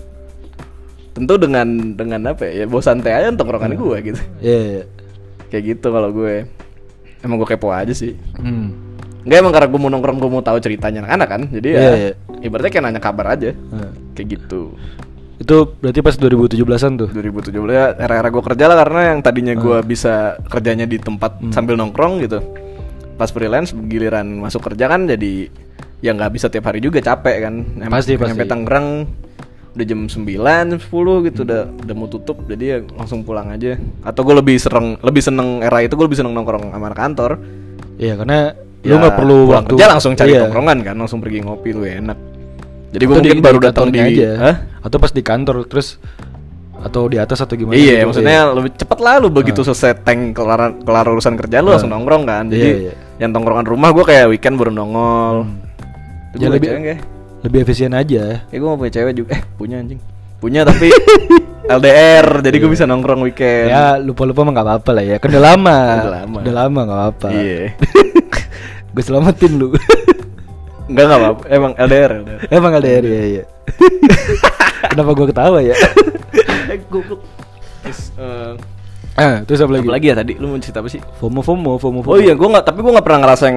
[SPEAKER 1] Tentu dengan apa ya, bawa santai aja tongkrongan gue gitu.
[SPEAKER 2] Iya.
[SPEAKER 1] Kayak gitu kalau gue. Emang gue kepo aja sih. Enggak, emang karena gue mau nongkrong, gue mau tahu ceritanya anak-anak kan. Jadi ibaratnya kayak nanya kabar aja. Kayak gitu.
[SPEAKER 2] Itu berarti pas 2017-an tuh.
[SPEAKER 1] 2017 ya, era-era gue kerja lah, karena yang tadinya gue bisa kerjanya di tempat sambil nongkrong gitu. Pas freelance giliran masuk kerja kan jadi ya nggak bisa tiap hari juga, capek kan.
[SPEAKER 2] Pasti.
[SPEAKER 1] Sampai Tangerang udah jam 9, 10 gitu udah mau tutup, jadi ya langsung pulang aja. Atau gue lebih seneng era itu, gue lebih seneng nongkrong sama anak kantor.
[SPEAKER 2] Iya, karena lu nggak perlu
[SPEAKER 1] pulang
[SPEAKER 2] waktu
[SPEAKER 1] kerja langsung cari tongkrongan kan, langsung pergi ngopi, lu enak. Jadi gue mungkin baru datang di
[SPEAKER 2] aja. Atau pas di kantor terus atau di atas atau gimana?
[SPEAKER 1] Iya, gitu, maksudnya lebih cepet lah lu begitu selesai kelar urusan kerjaan lu langsung nongkrong kan. Jadi yang tongkrongan rumah gue kayak weekend baru nongol.
[SPEAKER 2] Ya lebih efisien aja.
[SPEAKER 1] Ya gue mau punya cewek juga. Punya anjing. Punya tapi LDR, jadi gue bisa nongkrong weekend.
[SPEAKER 2] Ya lupa-lupa mah gak apa-apa lah ya. Kan udah lama gak apa-apa.
[SPEAKER 1] Iya.
[SPEAKER 2] Gue selamatin lu.
[SPEAKER 1] Enggak apa-apa. Emang LDR.
[SPEAKER 2] Emang LDR ya. Kenapa gue ketawa ya?
[SPEAKER 1] Goblok.
[SPEAKER 2] Terus apa lagi?
[SPEAKER 1] Apa lagi ya tadi? Lu mau cerita apa sih?
[SPEAKER 2] FOMO.
[SPEAKER 1] Oh iya, tapi gue nggak pernah ngerasain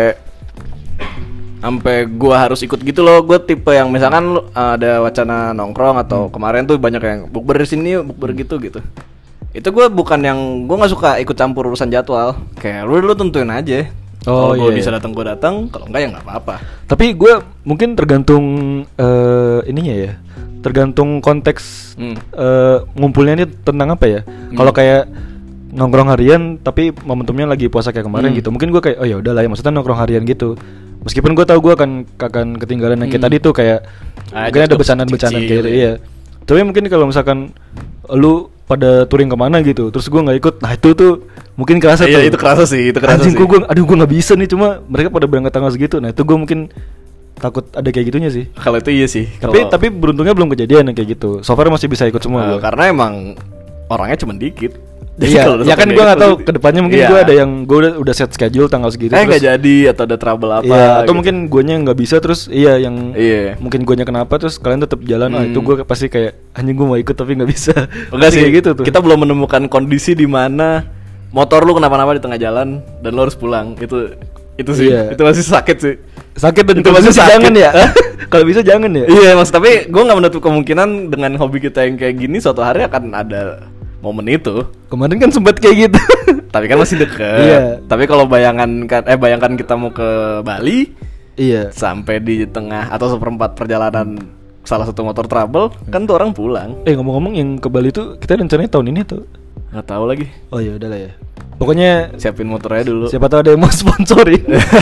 [SPEAKER 1] sampai gue harus ikut gitu loh. Gue tipe yang misalkan ada wacana nongkrong atau kemarin tuh banyak yang bukber sini, bukber gitu. Itu gue bukan yang gue nggak suka ikut campur urusan jadwal. Kayak lu tentuin aja. Kalau gue bisa datang gue datang, kalau enggak ya nggak apa-apa.
[SPEAKER 2] Tapi gue mungkin tergantung ininya ya. Tergantung konteks ngumpulnya ini tentang apa ya. Kalau kayak nongkrong harian tapi momentumnya lagi puasa kayak kemarin gitu, mungkin gue kayak oh ya udahlah ya, maksudnya nongkrong harian gitu. Meskipun gue tahu gue akan ketinggalan yang kayak tadi tuh kayak mungkin ada becanan-becanan kayak gitu, iya. Tapi mungkin kalau misalkan lu pada touring kemana gitu, terus gue nggak ikut, nah itu tuh mungkin kerasa tuh.
[SPEAKER 1] Iya itu kerasa sih.
[SPEAKER 2] Anjing gue nggak bisa nih, cuma mereka pada berangkat tanggal segitu, nah itu gue mungkin takut ada kayak gitunya sih.
[SPEAKER 1] Kalau itu iya sih.
[SPEAKER 2] Tapi beruntungnya belum kejadian yang kayak gitu. So far masih bisa ikut semua.
[SPEAKER 1] Karena emang orangnya cuma dikit.
[SPEAKER 2] Iya, ya kan gue nggak tahu kedepannya mungkin gue ada yang gue udah set schedule tanggal segitu.
[SPEAKER 1] Nggak jadi atau ada trouble apa?
[SPEAKER 2] Iya, atau gitu. Mungkin guanya nggak bisa terus mungkin guanya kenapa terus kalian tetap jalan. Nah itu gue pasti kayak anjing gue mau ikut tapi nggak bisa.
[SPEAKER 1] Enggak sih gitu tuh. Kita belum menemukan kondisi di mana motor lu kenapa-napa di tengah jalan dan lu harus pulang. Itu sih. Itu masih sakit sih.
[SPEAKER 2] Sakit dan itu masih jangan ya. Kalau bisa jangan ya.
[SPEAKER 1] Iya, tapi gue nggak menutup kemungkinan dengan hobi kita yang kayak gini suatu hari akan ada momen itu.
[SPEAKER 2] Kemarin kan sempat kayak gitu.
[SPEAKER 1] Tapi kan masih deket. Iya. Tapi kalau bayangkan kita mau ke Bali.
[SPEAKER 2] Iya.
[SPEAKER 1] Sampai di tengah atau seperempat perjalanan salah satu motor trouble, kan tuh orang pulang.
[SPEAKER 2] Ngomong-ngomong yang ke Bali tuh kita rencananya tahun ini tuh.
[SPEAKER 1] Nggak tahu lagi.
[SPEAKER 2] Oh ya udahlah ya. Pokoknya
[SPEAKER 1] siapin motornya dulu.
[SPEAKER 2] Siapa tahu ada yang mau sponsorin.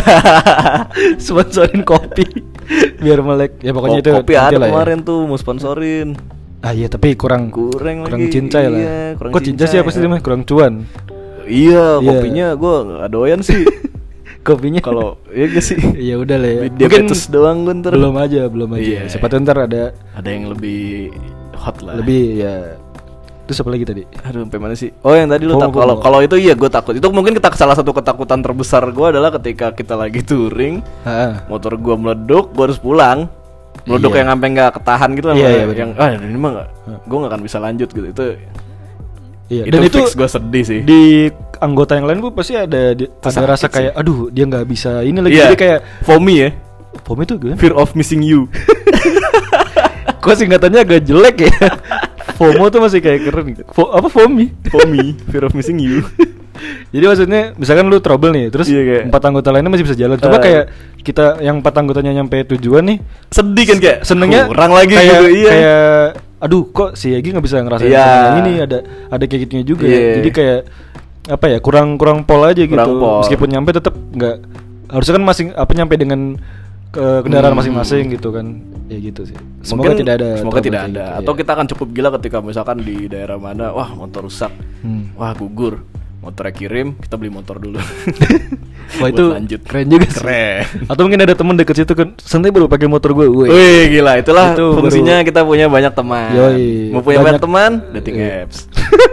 [SPEAKER 2] Sponsorin kopi biar melek. Ya pokoknya itu
[SPEAKER 1] kopi ada kemarin tuh mau sponsorin.
[SPEAKER 2] Iya tapi kurang cincai lah.
[SPEAKER 1] Iya,
[SPEAKER 2] kok cincai sih apa sih namanya? Kurang cuan.
[SPEAKER 1] Iya, kopinya gue nggak doyan sih.
[SPEAKER 2] Kopinya
[SPEAKER 1] kalau iya gak sih?
[SPEAKER 2] Ya udah lah ya.
[SPEAKER 1] Mungkin doang gue ntar.
[SPEAKER 2] Belum aja. Iya. Siapa tahu ntar ada
[SPEAKER 1] yang lebih hot lah.
[SPEAKER 2] Lebih ya. Terus apa lagi tadi?
[SPEAKER 1] Aduh, sampai mana sih? Oh, yang tadi lu takut. Kalau itu iya gue takut. Itu mungkin salah satu ketakutan terbesar gue adalah ketika kita lagi touring, motor gue meleduk, gue harus pulang. Meleduk yang sampai nggak ketahan gitu kan? Yang ini mah nggak, gue nggak akan bisa lanjut gitu. Itu. Iya. Dan itu gue sedih sih.
[SPEAKER 2] Di anggota yang lain gue pasti ada rasa kayak, aduh dia nggak bisa ini lagi. Jadi kayak
[SPEAKER 1] FOMI ya.
[SPEAKER 2] FOMI itu gimana?
[SPEAKER 1] Fear of missing you.
[SPEAKER 2] Kok singkatannya agak jelek ya. FOMO tuh masih kayak keren. Apa FOMI?
[SPEAKER 1] Fear of missing you.
[SPEAKER 2] Jadi maksudnya misalkan lu trouble nih, terus 4 anggota lainnya masih bisa jalan. Coba kayak kita yang 4 anggotanya nyampe tujuan nih,
[SPEAKER 1] sedih kan kayak
[SPEAKER 2] senengnya
[SPEAKER 1] kurang lagi
[SPEAKER 2] kayak,
[SPEAKER 1] gitu. Iya.
[SPEAKER 2] Kayak aduh kok si Egi nggak bisa ngerasain yang ini, ada kayak gitunya juga. Jadi kayak apa ya, kurang pol aja gitu. Meskipun nyampe tetap nggak, harusnya kan masing nyampe dengan kendaraan masing-masing gitu kan. Ya gitu sih. Semoga tidak ada.
[SPEAKER 1] Gitu, atau kita akan cukup gila ketika misalkan di daerah mana, wah motor rusak, wah gugur, motornya kirim, kita beli motor dulu.
[SPEAKER 2] Wah itu lanjut. Keren juga sih.
[SPEAKER 1] Keren.
[SPEAKER 2] Atau mungkin ada teman deket situ kan, santai baru pakai motor gue.
[SPEAKER 1] Wih gila, itulah itu fungsinya kita punya banyak teman. Mau punya banyak teman, dating apps.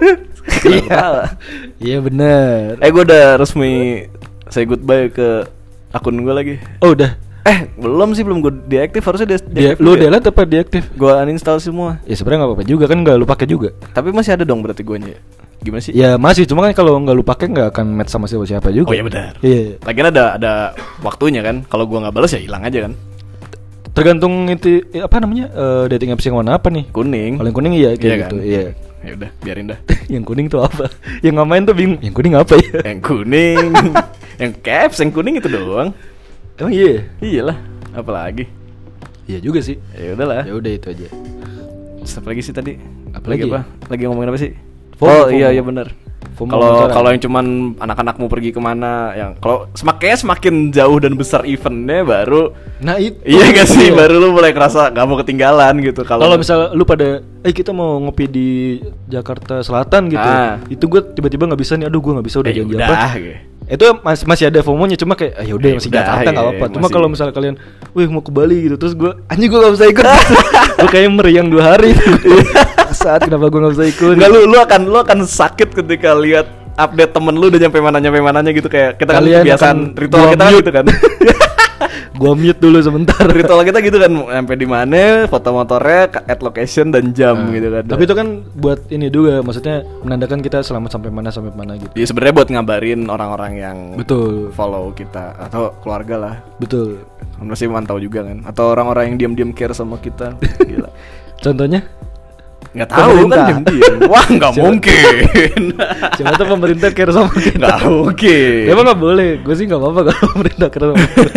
[SPEAKER 2] Iya benar.
[SPEAKER 1] Gue udah resmi say goodbye ke akun gue lagi.
[SPEAKER 2] Oh udah.
[SPEAKER 1] Belum gue deaktif, harusnya
[SPEAKER 2] lu delete apa deaktif?
[SPEAKER 1] Gue uninstall semua.
[SPEAKER 2] Ya sebenarnya nggak apa-apa juga kan, nggak lu pakai juga.
[SPEAKER 1] Tapi masih ada dong berarti guanya. Gimana sih?
[SPEAKER 2] Ya masih, cuma kan kalau nggak lu pakai nggak akan match sama siapa juga.
[SPEAKER 1] Oh iya benar.
[SPEAKER 2] Iya.
[SPEAKER 1] Lagian ada waktunya kan. Kalau gue nggak balas ya hilang aja kan.
[SPEAKER 2] Tergantung itu apa namanya, dating apps yang warna apa nih?
[SPEAKER 1] Kuning.
[SPEAKER 2] Kalau yang kuning iya kayak
[SPEAKER 1] iya
[SPEAKER 2] gitu.
[SPEAKER 1] Kan?
[SPEAKER 2] Iya.
[SPEAKER 1] Ya udah, biarin dah.
[SPEAKER 2] Yang kuning tuh apa? Yang ngamain tuh bingung. Yang kuning apa ya?
[SPEAKER 1] Yang kuning. Yang caps, yang kuning itu doang.
[SPEAKER 2] Emang iya?
[SPEAKER 1] Iyalah. Apalagi?
[SPEAKER 2] Iya juga sih.
[SPEAKER 1] Ya udahlah.
[SPEAKER 2] Ya udah itu aja.
[SPEAKER 1] Apa lagi sih tadi?
[SPEAKER 2] Apalagi
[SPEAKER 1] apa? Lagi ngomongin apa sih?
[SPEAKER 2] FOMO.
[SPEAKER 1] Iya benar. Kalau yang cuman anak-anak mau pergi kemana, yang kalau semakin jauh dan besar eventnya baru.
[SPEAKER 2] Nah itu.
[SPEAKER 1] Iya gak sih? Baru lu mulai kerasa gak mau ketinggalan gitu.
[SPEAKER 2] Kalau misal lu pada, kita mau ngopi di Jakarta Selatan gitu. Itu gue tiba-tiba nggak bisa nih. Aduh gue nggak bisa, udah janji apa? Itu masih ada FOMO-nya, cuma kayak ya udah masih Jakarta nggak apa-apa. Cuma kalau misalnya kalian, mau ke Bali gitu, terus gue nggak bisa ikut. Gue kayak meriang 2 hari. Saat kenapa gue nggak bisa ikut?
[SPEAKER 1] Nggak, lu akan sakit ketika lihat update temen lu udah nyampe mananya gitu, kayak kita kan kebiasaan ritual kita kan gitu kan.
[SPEAKER 2] Gua mute dulu sebentar.
[SPEAKER 1] Ritual kita gitu kan, sampai di mana, foto motornya, add location dan jam gitu kan.
[SPEAKER 2] Tapi itu kan buat ini juga, maksudnya menandakan kita selamat sampai mana gitu.
[SPEAKER 1] Ya sebenarnya buat ngabarin orang-orang yang
[SPEAKER 2] betul
[SPEAKER 1] follow kita atau keluarga lah.
[SPEAKER 2] Betul.
[SPEAKER 1] Masih mantau juga kan. Atau orang-orang yang diam-diam care sama kita. Gila.
[SPEAKER 2] Contohnya?
[SPEAKER 1] Nggak tahu kan diam-diam. Wah nggak mungkin.
[SPEAKER 2] Siapa tuh pemerintah care sama kita?
[SPEAKER 1] Nggak mungkin.
[SPEAKER 2] Emang nggak boleh. Gue sih nggak apa-apa kalau pemerintah care sama kita.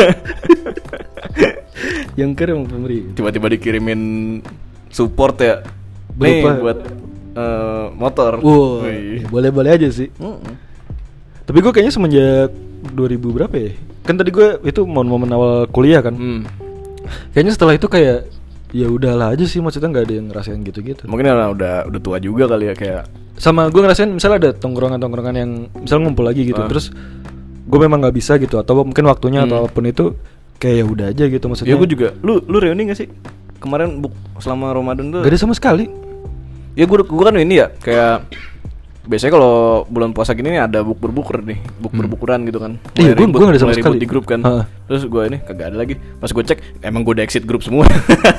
[SPEAKER 2] Yang care emang pemerintah.
[SPEAKER 1] Tiba-tiba dikirimin support ya. Nih buat motor.
[SPEAKER 2] Boleh-boleh aja sih. Tapi gue kayaknya semenjak 2000 berapa ya? Kan tadi gue itu momen-momen awal kuliah kan. Kayaknya setelah itu kayak ya udahlah aja sih, maksudnya nggak ada yang ngerasain gitu-gitu.
[SPEAKER 1] Mungkin udah tua juga kali ya, kayak
[SPEAKER 2] sama gue ngerasain misalnya ada tongkrongan yang misalnya ngumpul lagi gitu, terus gue memang nggak bisa gitu, atau mungkin waktunya atau apapun itu kayak ya udah aja gitu maksudnya.
[SPEAKER 1] Ya gue juga. Lu reuni nggak sih kemarin selama Ramadan tuh?
[SPEAKER 2] Gak ada sama sekali.
[SPEAKER 1] Ya gue kan ini ya kayak biasanya kalau bulan puasa gini nih ada bukber nih, bukber-bukuran gitu kan.
[SPEAKER 2] Iya, gue gak ada sama sekali
[SPEAKER 1] di grup kan. Terus gue ini kagak ada lagi. Pas gue cek, emang gue udah exit grup semua.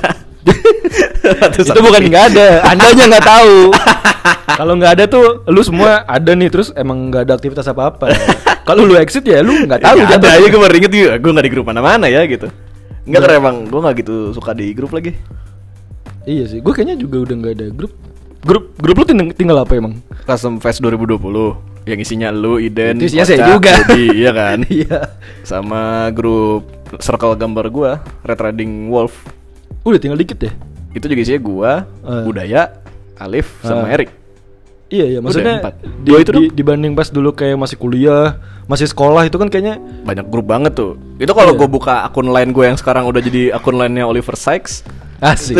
[SPEAKER 2] Itu bukan nggak ada, andanya nggak tahu. Kalau nggak ada tuh, lu semua ada nih, terus emang nggak ada aktivitas apa-apa. Kalau lu exit ya lu nggak tahu.
[SPEAKER 1] Ada aja gue baru inget juga, gue nggak di grup mana-mana ya gitu. Nggak karena emang gue nggak gitu suka di grup lagi.
[SPEAKER 2] Iya sih, gue kayaknya juga udah nggak ada grup. Grup lu tinggal apa emang?
[SPEAKER 1] Custom Fest 2020 yang isinya lu, Iden,
[SPEAKER 2] itu isinya saya juga.
[SPEAKER 1] Iya kan?
[SPEAKER 2] Iya.
[SPEAKER 1] Sama grup circle gambar gua, Red Riding Wolf.
[SPEAKER 2] Udah tinggal dikit ya?
[SPEAKER 1] Itu juga isinya gua, Budaya, Alif, sama Erik.
[SPEAKER 2] Iya, maksudnya dibanding pas dulu kayak masih kuliah, masih sekolah, itu kan kayaknya
[SPEAKER 1] banyak grup banget tuh. Itu kalau gua buka akun lain gua yang sekarang udah jadi akun lainnya Oliver Sykes.
[SPEAKER 2] Asik.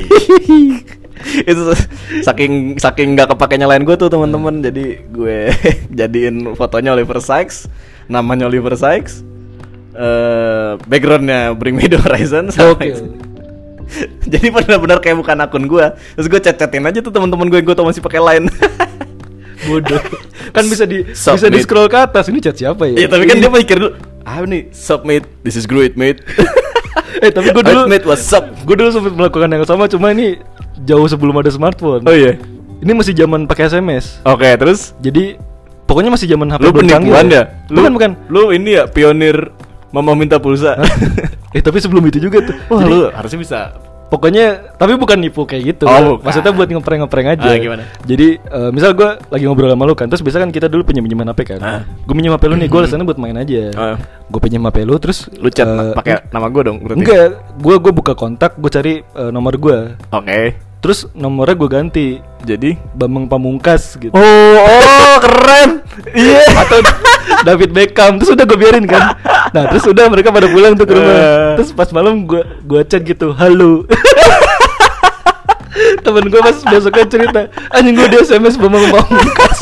[SPEAKER 1] Itu saking nggak kepakainya lain gue tuh teman-teman, jadi gue jadiin fotonya Oliver Sykes, namanya Oliver Sykes, backgroundnya Bring Me The Horizon. Jadi benar-benar kayak bukan akun gue. Terus gue chat-chatin aja tuh teman-teman gue tau masih pakai line.
[SPEAKER 2] Bodoh. Kan bisa di scroll ke atas, ini chat siapa ya?
[SPEAKER 1] Iya, tapi kan dia mikir dulu, nih submit, this is great mate.
[SPEAKER 2] Tapi gue dulu
[SPEAKER 1] mate, what's up?
[SPEAKER 2] Gue dulu sempat melakukan yang sama, cuma ini jauh sebelum ada smartphone.
[SPEAKER 1] Oh iya.
[SPEAKER 2] Ini masih zaman pakai SMS.
[SPEAKER 1] Oke, terus?
[SPEAKER 2] Jadi pokoknya masih zaman HP
[SPEAKER 1] belum canggih ya?
[SPEAKER 2] Bukan.
[SPEAKER 1] Lu ini ya pionir mama minta pulsa.
[SPEAKER 2] Tapi sebelum itu juga tuh.
[SPEAKER 1] Wah, lu harusnya bisa.
[SPEAKER 2] Pokoknya, tapi bukan nipu kayak gitu. Maksudnya buat ngeprank aja.
[SPEAKER 1] Gimana?
[SPEAKER 2] Jadi misal gue lagi ngobrol sama lu kan, terus biasa kan kita dulu pinjam-pinjaman HP kan. Gue pinjam HP lu nih, gue alasannya buat main aja. Gue pinjam HP lu, terus
[SPEAKER 1] lu chat pakai nama gue dong berarti.
[SPEAKER 2] Enggak, gue buka kontak, gue cari nomor gue.
[SPEAKER 1] Oke.
[SPEAKER 2] Terus nomornya gue ganti
[SPEAKER 1] jadi
[SPEAKER 2] Bambang Pamungkas gitu.
[SPEAKER 1] Oh keren. Iya.
[SPEAKER 2] Atau David Beckham. Terus udah gue biarin kan. Nah terus udah mereka pada pulang tuh ke rumah. Terus pas malam gue chat gitu, halo. Temen gue pas besoknya cerita, anjing gue di SMS Bambang Pamungkas.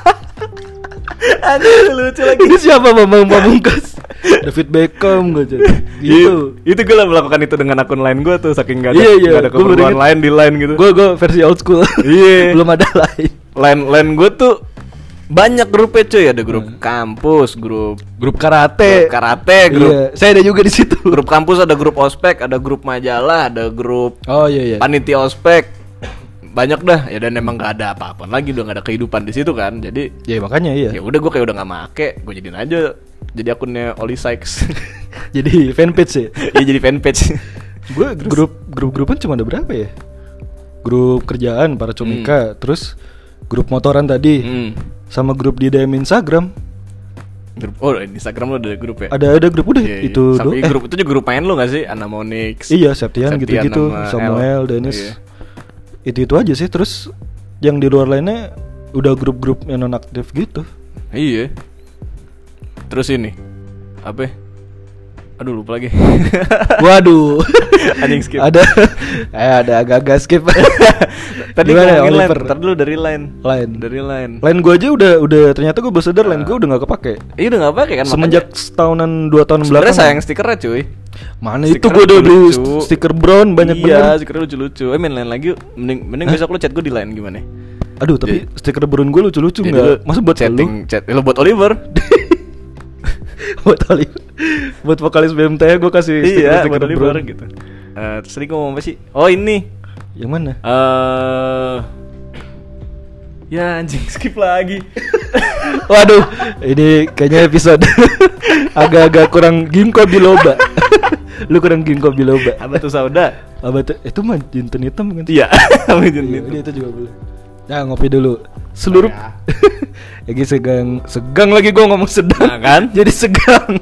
[SPEAKER 1] Aduh lucu lagi.
[SPEAKER 2] Ini siapa Bambang Pamungkas? David Beckham gue jadi gitu.
[SPEAKER 1] Itu gue lah melakukan itu dengan akun lain gue tuh, saking gak
[SPEAKER 2] ada
[SPEAKER 1] keperluan lain di line gitu.
[SPEAKER 2] Gue versi old school.
[SPEAKER 1] Iya.
[SPEAKER 2] Belum ada
[SPEAKER 1] line gue tuh banyak grupnya cuy, ada grup kampus, grup
[SPEAKER 2] karate,
[SPEAKER 1] grup.
[SPEAKER 2] Iya, saya ada juga di situ.
[SPEAKER 1] Grup kampus, ada grup ospek, ada grup majalah, ada grup panitia ospek. Banyak dah ya, dan emang gak ada apa-apa lagi, udah gak ada kehidupan di situ kan. Jadi
[SPEAKER 2] ya makanya
[SPEAKER 1] ya udah gue kayak udah gak make, gue jadiin aja jadi akunnya Oli Sykes.
[SPEAKER 2] Jadi fanpage ya.
[SPEAKER 1] Iya jadi fanpage.
[SPEAKER 2] Gue grup-grupan cuma ada berapa ya? Grup kerjaan para comika, terus grup motoran tadi, sama grup di DM Instagram.
[SPEAKER 1] Instagram lo ada grup ya?
[SPEAKER 2] Ada grup udah itu.
[SPEAKER 1] Grup itu juga grup main lo gak sih? Anamonix.
[SPEAKER 2] Iya, Septian gitu-gitu, Samuel, Dennis. Iya. Itu aja sih. Terus yang di luar lainnya udah grup-grup yang non aktif gitu.
[SPEAKER 1] Iya. Terus ini apa? Aduh lupa lagi.
[SPEAKER 2] Waduh.
[SPEAKER 1] Anjing skip.
[SPEAKER 2] Ada agak-agak skip.
[SPEAKER 1] Tadi ngomongin line. Ntar dulu dari line.
[SPEAKER 2] Line gue aja udah ternyata gue baru sadar line gue udah gak kepake.
[SPEAKER 1] Iya udah gak kepake kan.
[SPEAKER 2] Semenjak setahunan 2 tahun belakang.
[SPEAKER 1] Sebenernya sayang stikernya cuy.
[SPEAKER 2] Mana stiker itu gue udah beli stiker brown banyak banget.
[SPEAKER 1] Iya stikernya lucu-lucu. Main line lagi yuk. Mending besok lu chat gue di line gimana?
[SPEAKER 2] Aduh tapi stiker brown gue lucu-lucu gak? Masa buat
[SPEAKER 1] chatting chat lo buat Oliver.
[SPEAKER 2] buat vokalis BMT gue kasih
[SPEAKER 1] stiker bareng gitu. Terus tadi gue ngomong apa sih? Oh ini.
[SPEAKER 2] Yang mana?
[SPEAKER 1] Ya anjing, skip lagi.
[SPEAKER 2] Waduh, ini kayaknya episode agak-agak kurang ginkgo biloba. Lu kurang ginkgo biloba.
[SPEAKER 1] Apa tuh sauda?
[SPEAKER 2] Apa tuh? Itu mah jinten hitam kan?
[SPEAKER 1] Iya, jinten hitam.
[SPEAKER 2] Itu juga boleh. Nah, ngopi dulu. Seluruh lagi segang lagi gue ngomong sedang.
[SPEAKER 1] Nah, kan?
[SPEAKER 2] Jadi segang.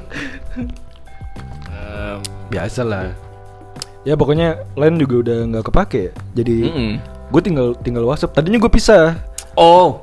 [SPEAKER 2] Biasalah. Ya pokoknya line juga udah nggak kepake ya. Jadi gue tinggal WhatsApp. Tadinya gue pisah.
[SPEAKER 1] Oh.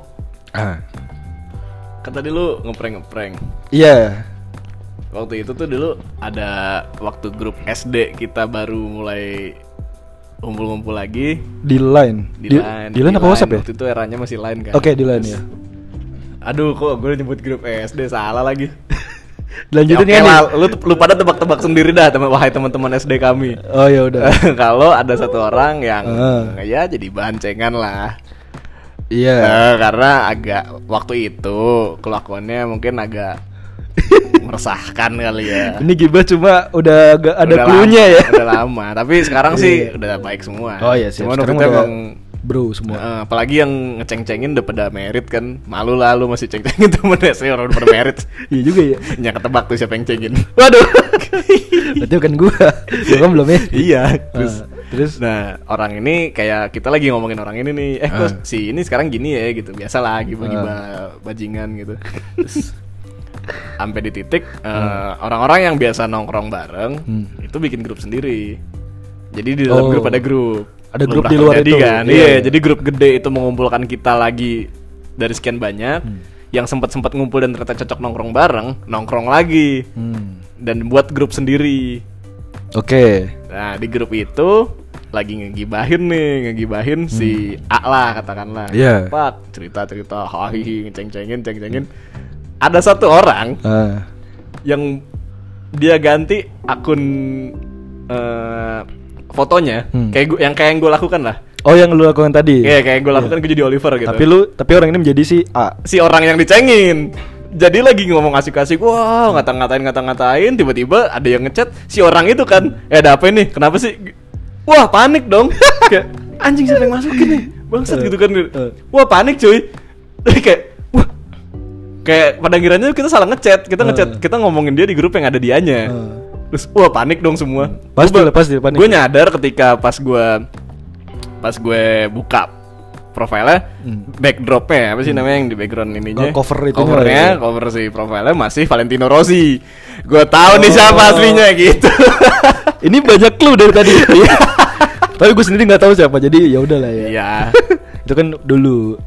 [SPEAKER 1] Kan tadi lu ngeprank.
[SPEAKER 2] Iya.
[SPEAKER 1] Waktu itu tuh dulu ada waktu grup SD kita baru mulai ngumpul-ngumpul lagi
[SPEAKER 2] di line. Di line apa WhatsApp ya?
[SPEAKER 1] Waktu itu eranya masih line kan.
[SPEAKER 2] Oke, di line ya.
[SPEAKER 1] Aduh, kok gue nyebut grup SD salah lagi.
[SPEAKER 2] Lanjutin
[SPEAKER 1] ya, lu pada tebak-tebak sendiri dah wahai teman-teman SD kami.
[SPEAKER 2] Oh ya udah.
[SPEAKER 1] Kalau ada satu orang yang ya jadi bancengan lah.
[SPEAKER 2] Iya.
[SPEAKER 1] Karena agak waktu itu kelakuannya mungkin agak meresahkan kali ya.
[SPEAKER 2] Ini gibah cuma udah agak ada cluenya ya.
[SPEAKER 1] Udah lama, tapi sekarang sih udah baik semua.
[SPEAKER 2] Oh iya sih.
[SPEAKER 1] Cuma kita emang
[SPEAKER 2] bro semua.
[SPEAKER 1] Apalagi yang ngeceng-cengin udah pada merit kan. Malu lah lu masih ceng-cengin temen SD orang udah pada merit.
[SPEAKER 2] Iya juga ya.
[SPEAKER 1] Ya ketebak tuh siapa yang cengin.
[SPEAKER 2] Waduh. Berarti bukan gua kan belum ya.
[SPEAKER 1] Iya. Terus nah orang ini kayak kita lagi ngomongin orang ini nih. Kok si ini sekarang gini ya gitu. Biasalah gibah-gibah bajingan gitu. Terus sampai di titik orang-orang yang biasa nongkrong bareng itu bikin grup sendiri. Jadi di dalam grup ada grup.
[SPEAKER 2] Ada grup di luar itu
[SPEAKER 1] kan. Iya, jadi grup gede itu mengumpulkan kita lagi dari sekian banyak yang sempat ngumpul dan ternyata cocok nongkrong bareng, nongkrong lagi. Dan buat grup sendiri.
[SPEAKER 2] Oke.
[SPEAKER 1] Nah, di grup itu lagi ngegibahin si A lah katakanlah.
[SPEAKER 2] Iya.
[SPEAKER 1] Pak, cerita-cerita hahihi, ceng-cengin. Ada satu orang yang dia ganti akun fotonya kayak yang gue lakukan lah.
[SPEAKER 2] Oh, yang lu lakukan tadi.
[SPEAKER 1] Iya, kayak gue lakukan gue jadi Oliver gitu.
[SPEAKER 2] Tapi orang ini menjadi si A.
[SPEAKER 1] Si orang yang dicengin. Jadi lagi ngomong asik-asik, wah ngata-ngatain, tiba-tiba ada yang ngechat si orang itu kan. Ada apa nih? Kenapa sih? Wah, panik dong. Kayak anjing siapa yang masukin nih? Bangsat gitu kan. Wah, panik cuy. Kayak pada ngiranya kita salah ngechat. Kita ngomongin dia di grup yang ada dianya. Terus wah panik dong semua.
[SPEAKER 2] Pasti panik.
[SPEAKER 1] Gue nyadar ketika pas gue buka profilnya, backdropnya apa sih namanya yang di background ininya? Cover si profilnya masih Valentino Rossi. Gue tahu nih siapa aslinya gitu.
[SPEAKER 2] Ini banyak clue dari tadi. Tapi gue sendiri nggak tahu siapa, jadi ya udahlah ya.
[SPEAKER 1] Iya.
[SPEAKER 2] Itu kan dulu.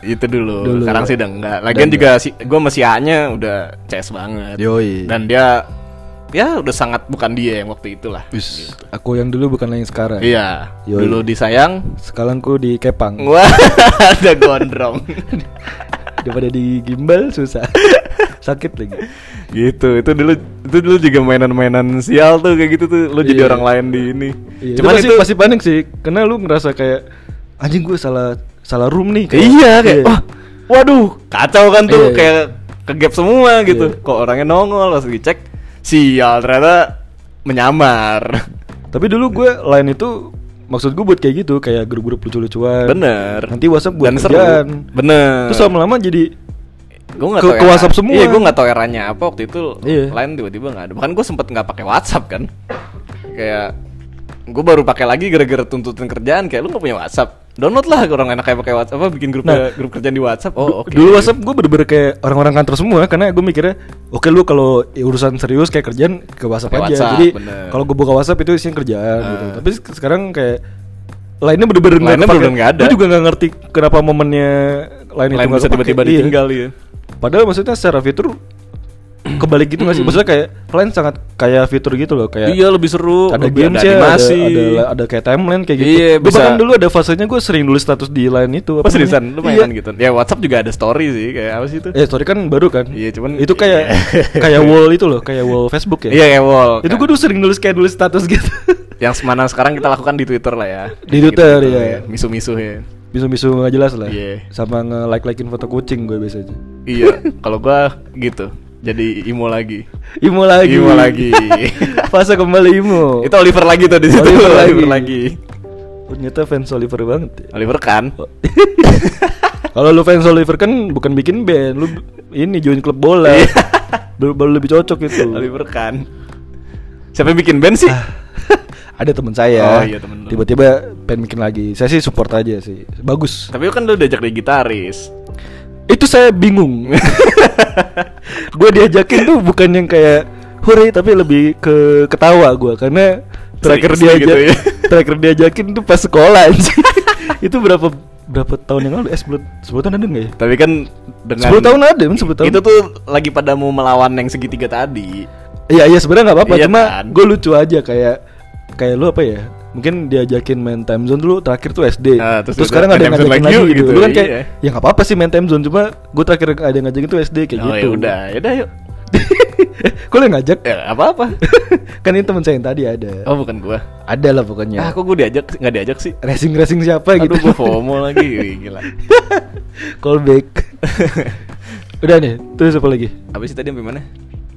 [SPEAKER 1] Sekarang sih udah enggak. Lagian juga gue masih A-nya udah CS banget.
[SPEAKER 2] Yoi.
[SPEAKER 1] Dan dia ya udah sangat bukan dia yang waktu itulah.
[SPEAKER 2] Gitu. Aku yang dulu bukan yang sekarang.
[SPEAKER 1] Iya.
[SPEAKER 2] Yoi.
[SPEAKER 1] Dulu disayang,
[SPEAKER 2] sekarang ku dikepang.
[SPEAKER 1] Wah, ada gondrong.
[SPEAKER 2] Daripada di gimbal susah. Sakit lagi.
[SPEAKER 1] Gitu. Itu dulu juga mainan-mainan sial tuh kayak gitu tuh. Lu jadi orang lain di ini.
[SPEAKER 2] Iya. Cuman itu pasti panik sih, karena lu ngerasa kayak anjing gue salah room nih kayak.
[SPEAKER 1] Iya kayak waduh kacau kan tuh. Kayak kegap semua gitu. Kok orangnya nongol pas dicek sial ternyata menyamar.
[SPEAKER 2] Tapi dulu gue line itu maksud gue buat kayak gitu, kayak grup-grup lucu-lucuan.
[SPEAKER 1] Bener.
[SPEAKER 2] Nanti WhatsApp buat
[SPEAKER 1] kerjaan. Bener.
[SPEAKER 2] Terus lama-lama jadi
[SPEAKER 1] gue nggak
[SPEAKER 2] ke WhatsApp semua.
[SPEAKER 1] Iya, gue nggak tahu eranya apa waktu itu. Line tiba-tiba nggak ada. Bahkan gue sempet nggak pakai WhatsApp kan. Kayak gue baru pakai lagi gara-gara tuntutan kerjaan. Kayak lu nggak punya WhatsApp, download lah, orang enak kayak pakai WhatsApp, apa bikin grup kerjaan di WhatsApp.
[SPEAKER 2] Dulu WhatsApp gue bener-bener kayak orang-orang kantor semua, karena gue mikirnya lu kalau urusan serius kayak kerjaan ke WhatsApp aja. Jadi kalau gue buka WhatsApp itu isinya kerjaan gitu. Tapi sekarang kayak lainnya bener-bener nggak ada. Gue juga nggak ngerti kenapa momennya lain itu
[SPEAKER 1] bisa tiba-tiba ditinggal ya.
[SPEAKER 2] Padahal maksudnya secara fitur kebalik gitu nggak sih? Maksudnya kayak Line sangat kayak fitur gitu loh, kayak
[SPEAKER 1] iya lebih seru,
[SPEAKER 2] ada games ya, ada kayak timeline kayak gitu.
[SPEAKER 1] Iya,
[SPEAKER 2] gue bahkan dulu ada fasenya gue sering nulis status di Line itu.
[SPEAKER 1] Apa seriusan? Lumayan gitu. Ya WhatsApp juga ada story sih, kayak apa sih itu?
[SPEAKER 2] Story kan baru kan.
[SPEAKER 1] Iya cuman
[SPEAKER 2] itu kayak kayak wall itu loh, kayak wall Facebook ya.
[SPEAKER 1] Iya kayak wall.
[SPEAKER 2] Itu gue dulu sering nulis status gitu.
[SPEAKER 1] Yang mana sekarang kita lakukan di Twitter lah ya.
[SPEAKER 2] Di Twitter gitu, ya.
[SPEAKER 1] Misu-misu ya.
[SPEAKER 2] Misu-misu nggak jelas lah.
[SPEAKER 1] Iya.
[SPEAKER 2] Sama nge-like-likein foto kucing gue biasanya.
[SPEAKER 1] Iya. Kalau gue gitu. Jadi Imo lagi.
[SPEAKER 2] Imo lagi. Fase kembali Imo.
[SPEAKER 1] Itu Oliver lagi tuh di situ. Oliver lagi.
[SPEAKER 2] Ternyata fans Oliver banget ya.
[SPEAKER 1] Oliver kan.
[SPEAKER 2] Kalau lu fans Oliver kan bukan bikin band, lu ini join klub bola. Baru lebih cocok itu.
[SPEAKER 1] Oliver kan. Siapa yang bikin band sih?
[SPEAKER 2] Ada teman saya.
[SPEAKER 1] Oh iya, temen lu.
[SPEAKER 2] Tiba-tiba pengen bikin lagi. Saya sih support aja sih. Bagus.
[SPEAKER 1] Tapi kan lu diajak jadi gitaris.
[SPEAKER 2] Itu saya bingung. Gue diajakin tuh bukan yang kayak hore, tapi lebih ke ketawa gue karena terakhir
[SPEAKER 1] gitu ya.
[SPEAKER 2] Terakhir diajakin tuh pas sekolah anjing. Itu berapa tahun yang lalu? 10 tahun ada nggak ya?
[SPEAKER 1] Tapi kan dengan
[SPEAKER 2] 10 tahun ada, 10 tahun.
[SPEAKER 1] Itu tuh lagi pada mau melawan yang segitiga tadi.
[SPEAKER 2] Iya sebenarnya nggak apa-apa,
[SPEAKER 1] iya
[SPEAKER 2] cuma
[SPEAKER 1] kan?
[SPEAKER 2] gue lucu aja kayak lu apa ya? Mungkin diajakin main time zone dulu terakhir tuh SD. Terus sekarang ada yang ngajakin lagi gitu. Lu kan kayak ya nggak apa-apa sih main time zone, cuma gue terakhir ada yang ngajakin tuh SD kayak gitu.
[SPEAKER 1] Ya udah yuk.
[SPEAKER 2] Kok lu yang ngajak?
[SPEAKER 1] Ya apa-apa.
[SPEAKER 2] Kan ini teman saya yang tadi ada.
[SPEAKER 1] Oh bukan gua.
[SPEAKER 2] Ada lah pokoknya.
[SPEAKER 1] Kok gue nggak diajak sih?
[SPEAKER 2] Racing siapa gitu?
[SPEAKER 1] Aduh, gue FOMO lagi, gila.
[SPEAKER 2] Callback. Udah nih, terus apa lagi?
[SPEAKER 1] Habis tadi sampai mana?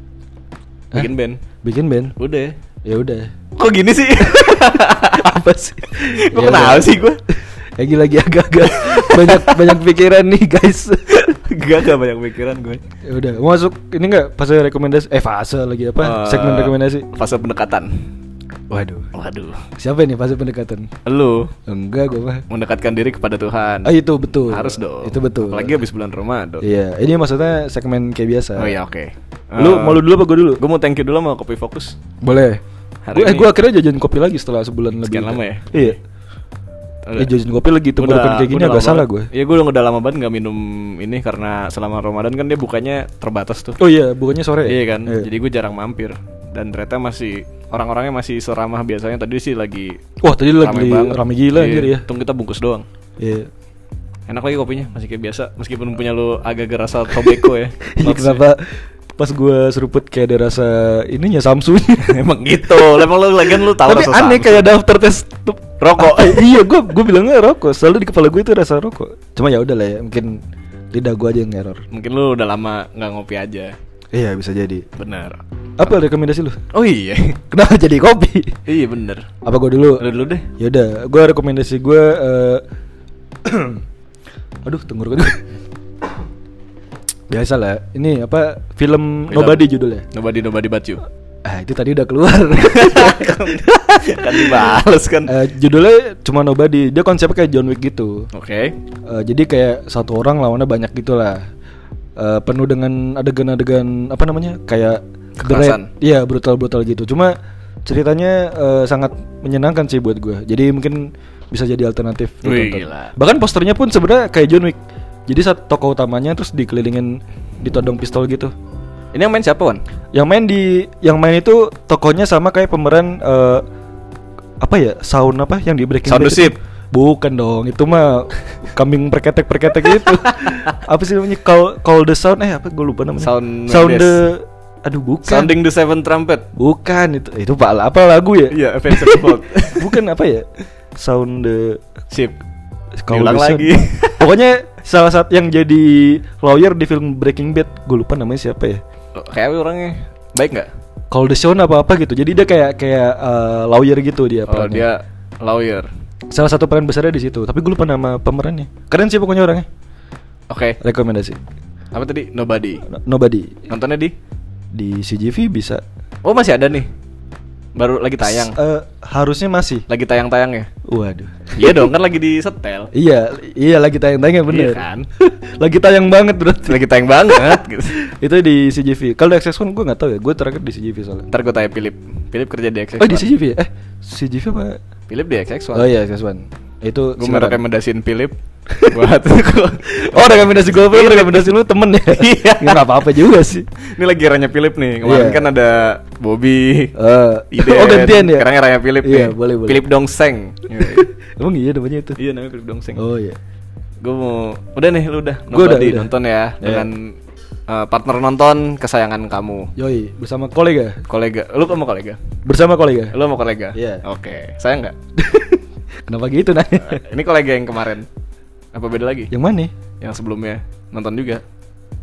[SPEAKER 1] Bikin band. Udah.
[SPEAKER 2] Ya udah.
[SPEAKER 1] Kok gini sih?
[SPEAKER 2] Apa sih?
[SPEAKER 1] Gue kenal sih gue.
[SPEAKER 2] Lagi agak-agak banyak pikiran nih guys.
[SPEAKER 1] Gak banyak pikiran gue.
[SPEAKER 2] Ya udah, mau masuk ini enggak fase rekomendasi? Fase lagi apa? Segmen rekomendasi.
[SPEAKER 1] Fase pendekatan.
[SPEAKER 2] Waduh.
[SPEAKER 1] Siapa
[SPEAKER 2] ini fase pendekatan?
[SPEAKER 1] Lu.
[SPEAKER 2] Enggak, gue mah
[SPEAKER 1] mendekatkan diri kepada Tuhan.
[SPEAKER 2] Itu betul.
[SPEAKER 1] Harus dong.
[SPEAKER 2] Itu betul.
[SPEAKER 1] Apalagi habis bulan Ramadan.
[SPEAKER 2] Iya, ini maksudnya segmen kayak biasa.
[SPEAKER 1] Oh iya, oke.
[SPEAKER 2] Lu dulu apa gue dulu?
[SPEAKER 1] Gue mau thank you dulu sama Kopi Fokus.
[SPEAKER 2] Boleh. Gue akhirnya jajan kopi lagi setelah sebulan lebih.
[SPEAKER 1] Sekian lama ya?
[SPEAKER 2] Iya. Jajan kopi lagi tenggorokan kayak gini agak salah gue.
[SPEAKER 1] Iya, gue udah lama banget nggak minum ini karena selama Ramadan kan dia bukanya terbatas tuh.
[SPEAKER 2] Oh iya, bukannya sore.
[SPEAKER 1] Iya kan. Jadi gue jarang mampir dan ternyata masih orang-orangnya masih seramah biasanya. Tadi sih lagi.
[SPEAKER 2] Wah, tadi lagi rame gila anjir ya.
[SPEAKER 1] Tung kita bungkus doang.
[SPEAKER 2] Iya.
[SPEAKER 1] Enak lagi kopinya, masih kayak biasa meskipun punya lu agak-agak rasa tobacco ya.
[SPEAKER 2] Iya, kenapa pas gue seruput kayak ada rasa ininya Samsung.
[SPEAKER 1] Emang gitu. Emang lu lagian lu tahu
[SPEAKER 2] rasa Samsung. Tapi aneh kayak daftar tes rokok. Iya, gue bilangnya rokok. Selalu di kepala gue itu rasa rokok. Cuma ya udah lah ya, mungkin lidah gue aja yang error.
[SPEAKER 1] Mungkin lu udah lama nggak ngopi aja.
[SPEAKER 2] Iya, bisa jadi.
[SPEAKER 1] Benar.
[SPEAKER 2] Apa rekomendasi lu?
[SPEAKER 1] Oh iya.
[SPEAKER 2] Kenapa jadi kopi?
[SPEAKER 1] Iya bener.
[SPEAKER 2] Apa gue dulu?
[SPEAKER 1] Lu dulu deh.
[SPEAKER 2] Ya udah, gue rekomendasi gue aduh, tenggorokan gue. Biasa lah. Ini apa? Film Nobody judulnya.
[SPEAKER 1] Nobody But You.
[SPEAKER 2] Itu tadi udah keluar.
[SPEAKER 1] Kan dibales kan.
[SPEAKER 2] Judulnya cuma Nobody. Dia konsepnya kayak John Wick gitu.
[SPEAKER 1] Oke.
[SPEAKER 2] Jadi kayak satu orang lawannya banyak gitulah. Penuh dengan adegan-adegan apa namanya? Kayak
[SPEAKER 1] kekerasan.
[SPEAKER 2] Iya, brutal gitu. Cuma ceritanya sangat menyenangkan sih buat gue. Jadi mungkin bisa jadi alternatif. Bahkan posternya pun sebenarnya kayak John Wick. Jadi saat tokoh utamanya terus dikelilingin ditodong pistol gitu.
[SPEAKER 1] Ini yang main siapa, Wan?
[SPEAKER 2] Yang main itu tokohnya sama kayak pemeran apa ya? Sound apa yang di Breaking
[SPEAKER 1] Bad?
[SPEAKER 2] Sound
[SPEAKER 1] the Ship.
[SPEAKER 2] Bukan dong, itu mah kambing perketek gitu. Apa sih namanya? Call the Sound apa gue lupa namanya. Sound the aduh bukan.
[SPEAKER 1] Sounding the Seven Trumpet.
[SPEAKER 2] Bukan itu apa lagu ya?
[SPEAKER 1] Iya, Avenged Sevenfold.
[SPEAKER 2] Bukan apa ya? Sound the
[SPEAKER 1] Ship.
[SPEAKER 2] Ulang lagi. Pokoknya salah satu yang jadi lawyer di film Breaking Bad, gue lupa namanya siapa ya.
[SPEAKER 1] Kayak orangnya baik nggak?
[SPEAKER 2] Call the Sound apa gitu. Jadi dia kayak lawyer gitu dia perannya.
[SPEAKER 1] Dia lawyer.
[SPEAKER 2] Salah satu peran besarnya di situ. Tapi gue lupa nama pemerannya. Keren sih pokoknya orangnya.
[SPEAKER 1] Oke.
[SPEAKER 2] Rekomendasi.
[SPEAKER 1] Apa tadi? Nobody. Nontonnya di
[SPEAKER 2] CGV bisa.
[SPEAKER 1] Oh masih ada nih. Baru lagi tayang.
[SPEAKER 2] Harusnya masih.
[SPEAKER 1] Lagi tayang ya.
[SPEAKER 2] Waduh.
[SPEAKER 1] Iya dong, kan lagi di setel.
[SPEAKER 2] Iya lagi tayang-tayangnya bener.
[SPEAKER 1] Iya kan.
[SPEAKER 2] Lagi tayang banget berarti.
[SPEAKER 1] Lagi tayang banget gitu.
[SPEAKER 2] Itu di CGV. Kalau di XX1 gue nggak tahu ya. Gue terakhir di CGV soalnya.
[SPEAKER 1] Ntar gue tanya Philip kerja di XX1.
[SPEAKER 2] Oh di CGV ya? CGV apa?
[SPEAKER 1] Philip di XX1.
[SPEAKER 2] Oh iya XX1. Itu
[SPEAKER 1] gue merekomendasiin Philip buat
[SPEAKER 2] rekomendasi gue rekomendasi lu temen ya. Iya. Nggak apa-apa juga sih.
[SPEAKER 1] Ini lagi eranya Philip nih. Kemarin kan ada Bobby,
[SPEAKER 2] Iden. Oh gantian ya.
[SPEAKER 1] Sekarang eranya Philip nih.
[SPEAKER 2] Boleh.
[SPEAKER 1] Philip Dongseng.
[SPEAKER 2] Emang iya namanya itu?
[SPEAKER 1] Iya namanya Philip Dongseng.
[SPEAKER 2] Oh iya.
[SPEAKER 1] Gue mau udah nih lu udah.
[SPEAKER 2] Gue udah
[SPEAKER 1] nonton ya dengan partner nonton kesayangan kamu.
[SPEAKER 2] Yoi, bersama kolega.
[SPEAKER 1] Lu sama kolega?
[SPEAKER 2] Bersama kolega.
[SPEAKER 1] Lu sama kolega?
[SPEAKER 2] Iya.
[SPEAKER 1] Oke. Saya enggak.
[SPEAKER 2] Kenapa gitu nah?
[SPEAKER 1] Ini kolega yang kemarin. Apa beda lagi?
[SPEAKER 2] Yang mana?
[SPEAKER 1] Yang sebelumnya nonton juga.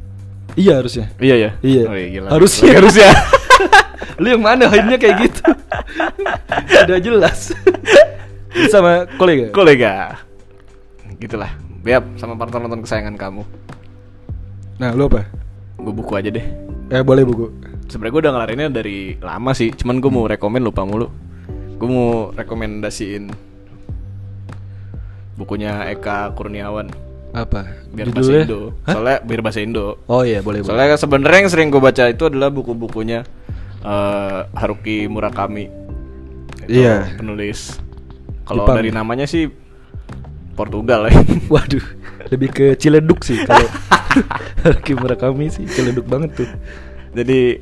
[SPEAKER 2] Iya harusnya.
[SPEAKER 1] Iya ya.
[SPEAKER 2] Iya.
[SPEAKER 1] Oh, iya gila.
[SPEAKER 2] Harusnya. Lu yang mana hidupnya kayak gitu? Udah jelas. Sama kolega.
[SPEAKER 1] Gitulah. Biar sama partner nonton kesayangan kamu.
[SPEAKER 2] Nah, lu apa?
[SPEAKER 1] Gue buku aja deh.
[SPEAKER 2] Boleh buku.
[SPEAKER 1] Sebenarnya gue udah ngelarinnya dari lama sih. Cuman gue mau rekomen lupa mulu. Gue mau rekomendasiin bukunya Eka Kurniawan.
[SPEAKER 2] Apa?
[SPEAKER 1] Biar bahasa Indo. Soalnya biar bahasa Indo.
[SPEAKER 2] Oh iya, boleh.
[SPEAKER 1] Soalnya sebenarnya yang sering gue baca itu adalah buku-bukunya Haruki Murakami.
[SPEAKER 2] Iya.
[SPEAKER 1] Penulis. Kalau dari namanya sih Portugal ya.
[SPEAKER 2] Waduh, lebih ke Ciledug sih kalau Haruki Murakami sih Ciledug banget tuh.
[SPEAKER 1] Jadi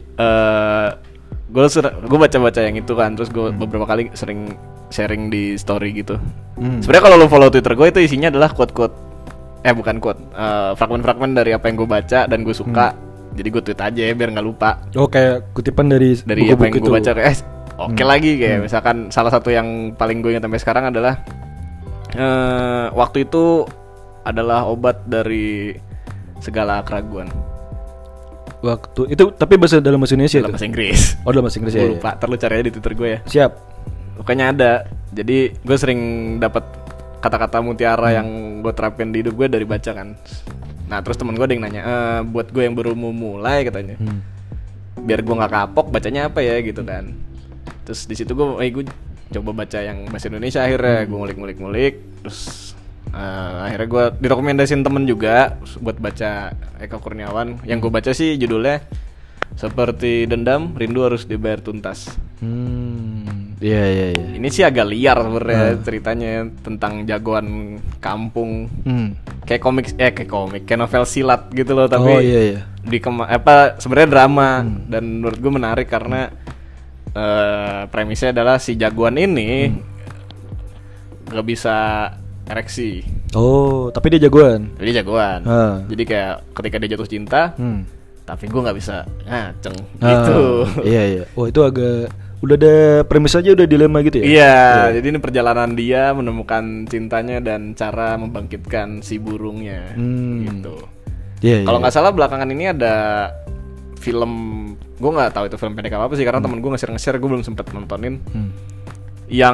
[SPEAKER 1] gue baca-baca yang itu kan, terus gue beberapa kali sering sharing di story gitu. Sebenarnya kalau lo follow Twitter gue itu isinya adalah quote-quote, fragmen-fragmen dari apa yang gue baca dan gue suka. Jadi gue tweet aja biar nggak lupa.
[SPEAKER 2] Oh, kayak kutipan dari buku-buku
[SPEAKER 1] apa yang gue baca kayak lagi kayak misalkan salah satu yang paling gue ingat sampai sekarang adalah waktu itu adalah obat dari segala keraguan.
[SPEAKER 2] Waktu itu tapi dalam bahasa Indonesia
[SPEAKER 1] dalam bahasa Inggris.
[SPEAKER 2] Oh, dalam bahasa Inggris ya.
[SPEAKER 1] Gue lupa, ntar lu cari aja di Twitter gue ya.
[SPEAKER 2] Siap.
[SPEAKER 1] Pokoknya ada. Jadi gue sering dapat kata-kata mutiara yang gue terapin di hidup gue dari baca kan. Nah terus temen gue ada yang nanya, buat gue yang baru mau mulai katanya, biar gue nggak kapok bacanya apa ya gitu kan. Terus di situ gue coba baca yang bahasa Indonesia akhirnya. Gue ngulik, terus akhirnya gue direkomendasiin temen juga buat baca Eka Kurniawan. Yang gue baca sih judulnya Seperti Dendam, Rindu Harus Dibayar Tuntas.
[SPEAKER 2] Iya.
[SPEAKER 1] Ini sih agak liar sebenarnya ceritanya tentang jagoan kampung. Kayak komik, kayak novel silat gitu loh, tapi sebenarnya drama. Dan menurut gue menarik karena premisnya adalah si jagoan ini gak bisa ereksi.
[SPEAKER 2] Oh, tapi dia jagoan.
[SPEAKER 1] Jadi kayak ketika dia jatuh cinta, tapi gue nggak bisa ngaceng gitu.
[SPEAKER 2] Iya. Oh, itu agak udah ada premis aja, udah dilema gitu ya.
[SPEAKER 1] Iya. Jadi ini perjalanan dia menemukan cintanya dan cara membangkitkan si burungnya gitu. Kalau nggak salah belakangan ini ada film, gue nggak tahu itu film pendek apa sih karena temen gue nge-share, gue belum sempet nontonin. Yang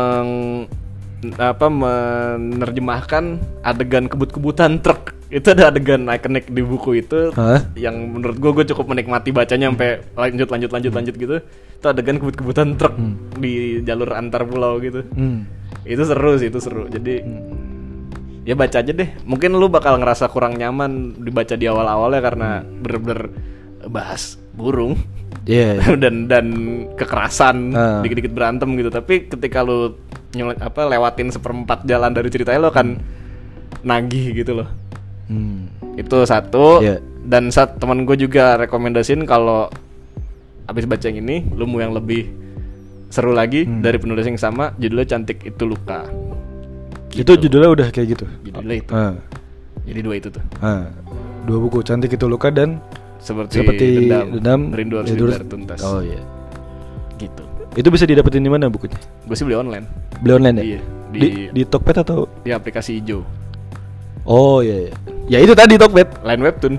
[SPEAKER 1] menerjemahkan adegan kebut-kebutan truk. Itu ada adegan ikonik di buku itu yang menurut gue cukup menikmati bacanya sampai lanjut gitu. Itu adegan kebut-kebutan truk di jalur antar pulau gitu. Itu seru. Jadi ya baca aja deh. Mungkin lu bakal ngerasa kurang nyaman dibaca di awal-awalnya karena bener-bener bahas burung. dan kekerasan, dikit-dikit berantem gitu. Tapi ketika lu lewatin seperempat jalan dari ceritanya lo akan nagih gitu loh. Itu satu. Dan teman gue juga rekomendasiin kalau abis baca yang ini lu mau yang lebih seru lagi dari penulis yang sama, judulnya Cantik Itu Luka gitu.
[SPEAKER 2] Itu judulnya udah kayak gitu.
[SPEAKER 1] Judulnya itu. Jadi dua itu tuh.
[SPEAKER 2] Dua buku, Cantik Itu Luka dan Seperti Dendam,
[SPEAKER 1] Rindu Harus Dibayar Tuntas.
[SPEAKER 2] Oh iya.
[SPEAKER 1] Gitu.
[SPEAKER 2] Itu bisa didapetin di mana bukunya?
[SPEAKER 1] Gue sih beli online.
[SPEAKER 2] Beli online ya?
[SPEAKER 1] Iya.
[SPEAKER 2] Di Tokped atau
[SPEAKER 1] di aplikasi hijau?
[SPEAKER 2] Oh iya. Ya itu tadi Tokped.
[SPEAKER 1] Line webtoon.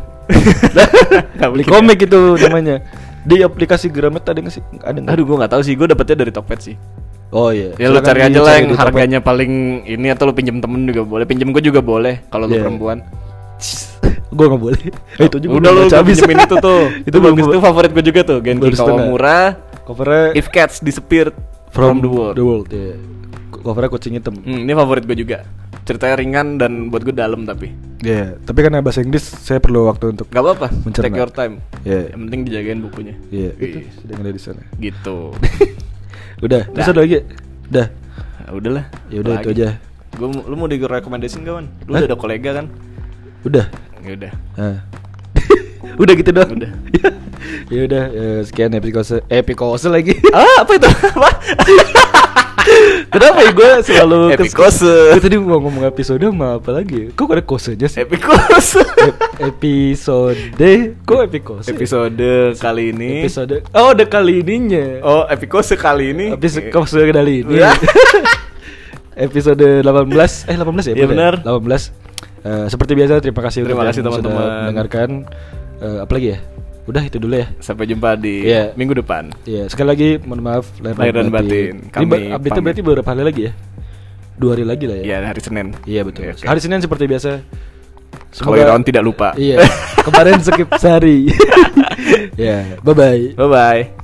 [SPEAKER 2] Beli komik itu namanya. Di aplikasi Gramet ada nggak sih? Ada nggak?
[SPEAKER 1] Aduh gue nggak tahu sih. Gue dapetnya dari Tokped sih.
[SPEAKER 2] Oh iya.
[SPEAKER 1] Ya lu cari aja lah yang harganya paling ini, atau lu pinjem temen juga boleh. Pinjem gue juga boleh kalau lu perempuan.
[SPEAKER 2] Gue nggak boleh. Itu juga
[SPEAKER 1] udah lu pinjemin itu tuh. Itu bagus tuh, favorit gue juga tuh. Genki Kawamura.
[SPEAKER 2] Covernya
[SPEAKER 1] If Cats Disappeared from the World.
[SPEAKER 2] Ya. Covernya kucing hitam.
[SPEAKER 1] Ini favorit gue juga. Ceritanya ringan dan buat gue dalam tapi.
[SPEAKER 2] Tapi karena bahasa Inggris saya perlu waktu untuk.
[SPEAKER 1] Gak apa-apa.
[SPEAKER 2] Mencerna.
[SPEAKER 1] Take your time.
[SPEAKER 2] Yang
[SPEAKER 1] penting dijagain bukunya.
[SPEAKER 2] Itu sedang ada di sana.
[SPEAKER 1] Gitu.
[SPEAKER 2] Udah. Terus ada lagi? Udah.
[SPEAKER 1] Udahlah.
[SPEAKER 2] Ya udah itu aja.
[SPEAKER 1] Lu mau direkomendasiin kawan? Lu udah ada kolega kan?
[SPEAKER 2] Udah.
[SPEAKER 1] Ya udah.
[SPEAKER 2] Udah gitu doang.
[SPEAKER 1] Udah.
[SPEAKER 2] Ya udah, sekian epikose lagi.
[SPEAKER 1] Apa itu? Apa?
[SPEAKER 2] Kenapa ya gue selalu
[SPEAKER 1] epikose?
[SPEAKER 2] Gue tadi mau ngomong episode sama apa lagi? Kok ada kosenya sih?
[SPEAKER 1] Epikose.
[SPEAKER 2] Kok epikose?
[SPEAKER 1] Episode kali ini.
[SPEAKER 2] Ada kali ininya.
[SPEAKER 1] Oh, epikose kali ini.
[SPEAKER 2] Episode kali ini. Episode 18 ya?
[SPEAKER 1] Iya benar.
[SPEAKER 2] 18. Seperti biasa terima kasih
[SPEAKER 1] teman-teman
[SPEAKER 2] sudah mendengarkan. Apalagi ya? Udah itu dulu ya.
[SPEAKER 1] Sampai jumpa di minggu depan.
[SPEAKER 2] Iya, sekali lagi mohon maaf
[SPEAKER 1] lahir dan batin.
[SPEAKER 2] Ini update berarti beberapa hari lagi ya? 2 hari lagi lah ya.
[SPEAKER 1] Iya, hari Senin.
[SPEAKER 2] Iya betul. Okay. Hari Senin seperti biasa.
[SPEAKER 1] Kalau Irawan tidak lupa.
[SPEAKER 2] Iya. Kemarin skip sehari. Ya, bye bye.
[SPEAKER 1] Bye bye.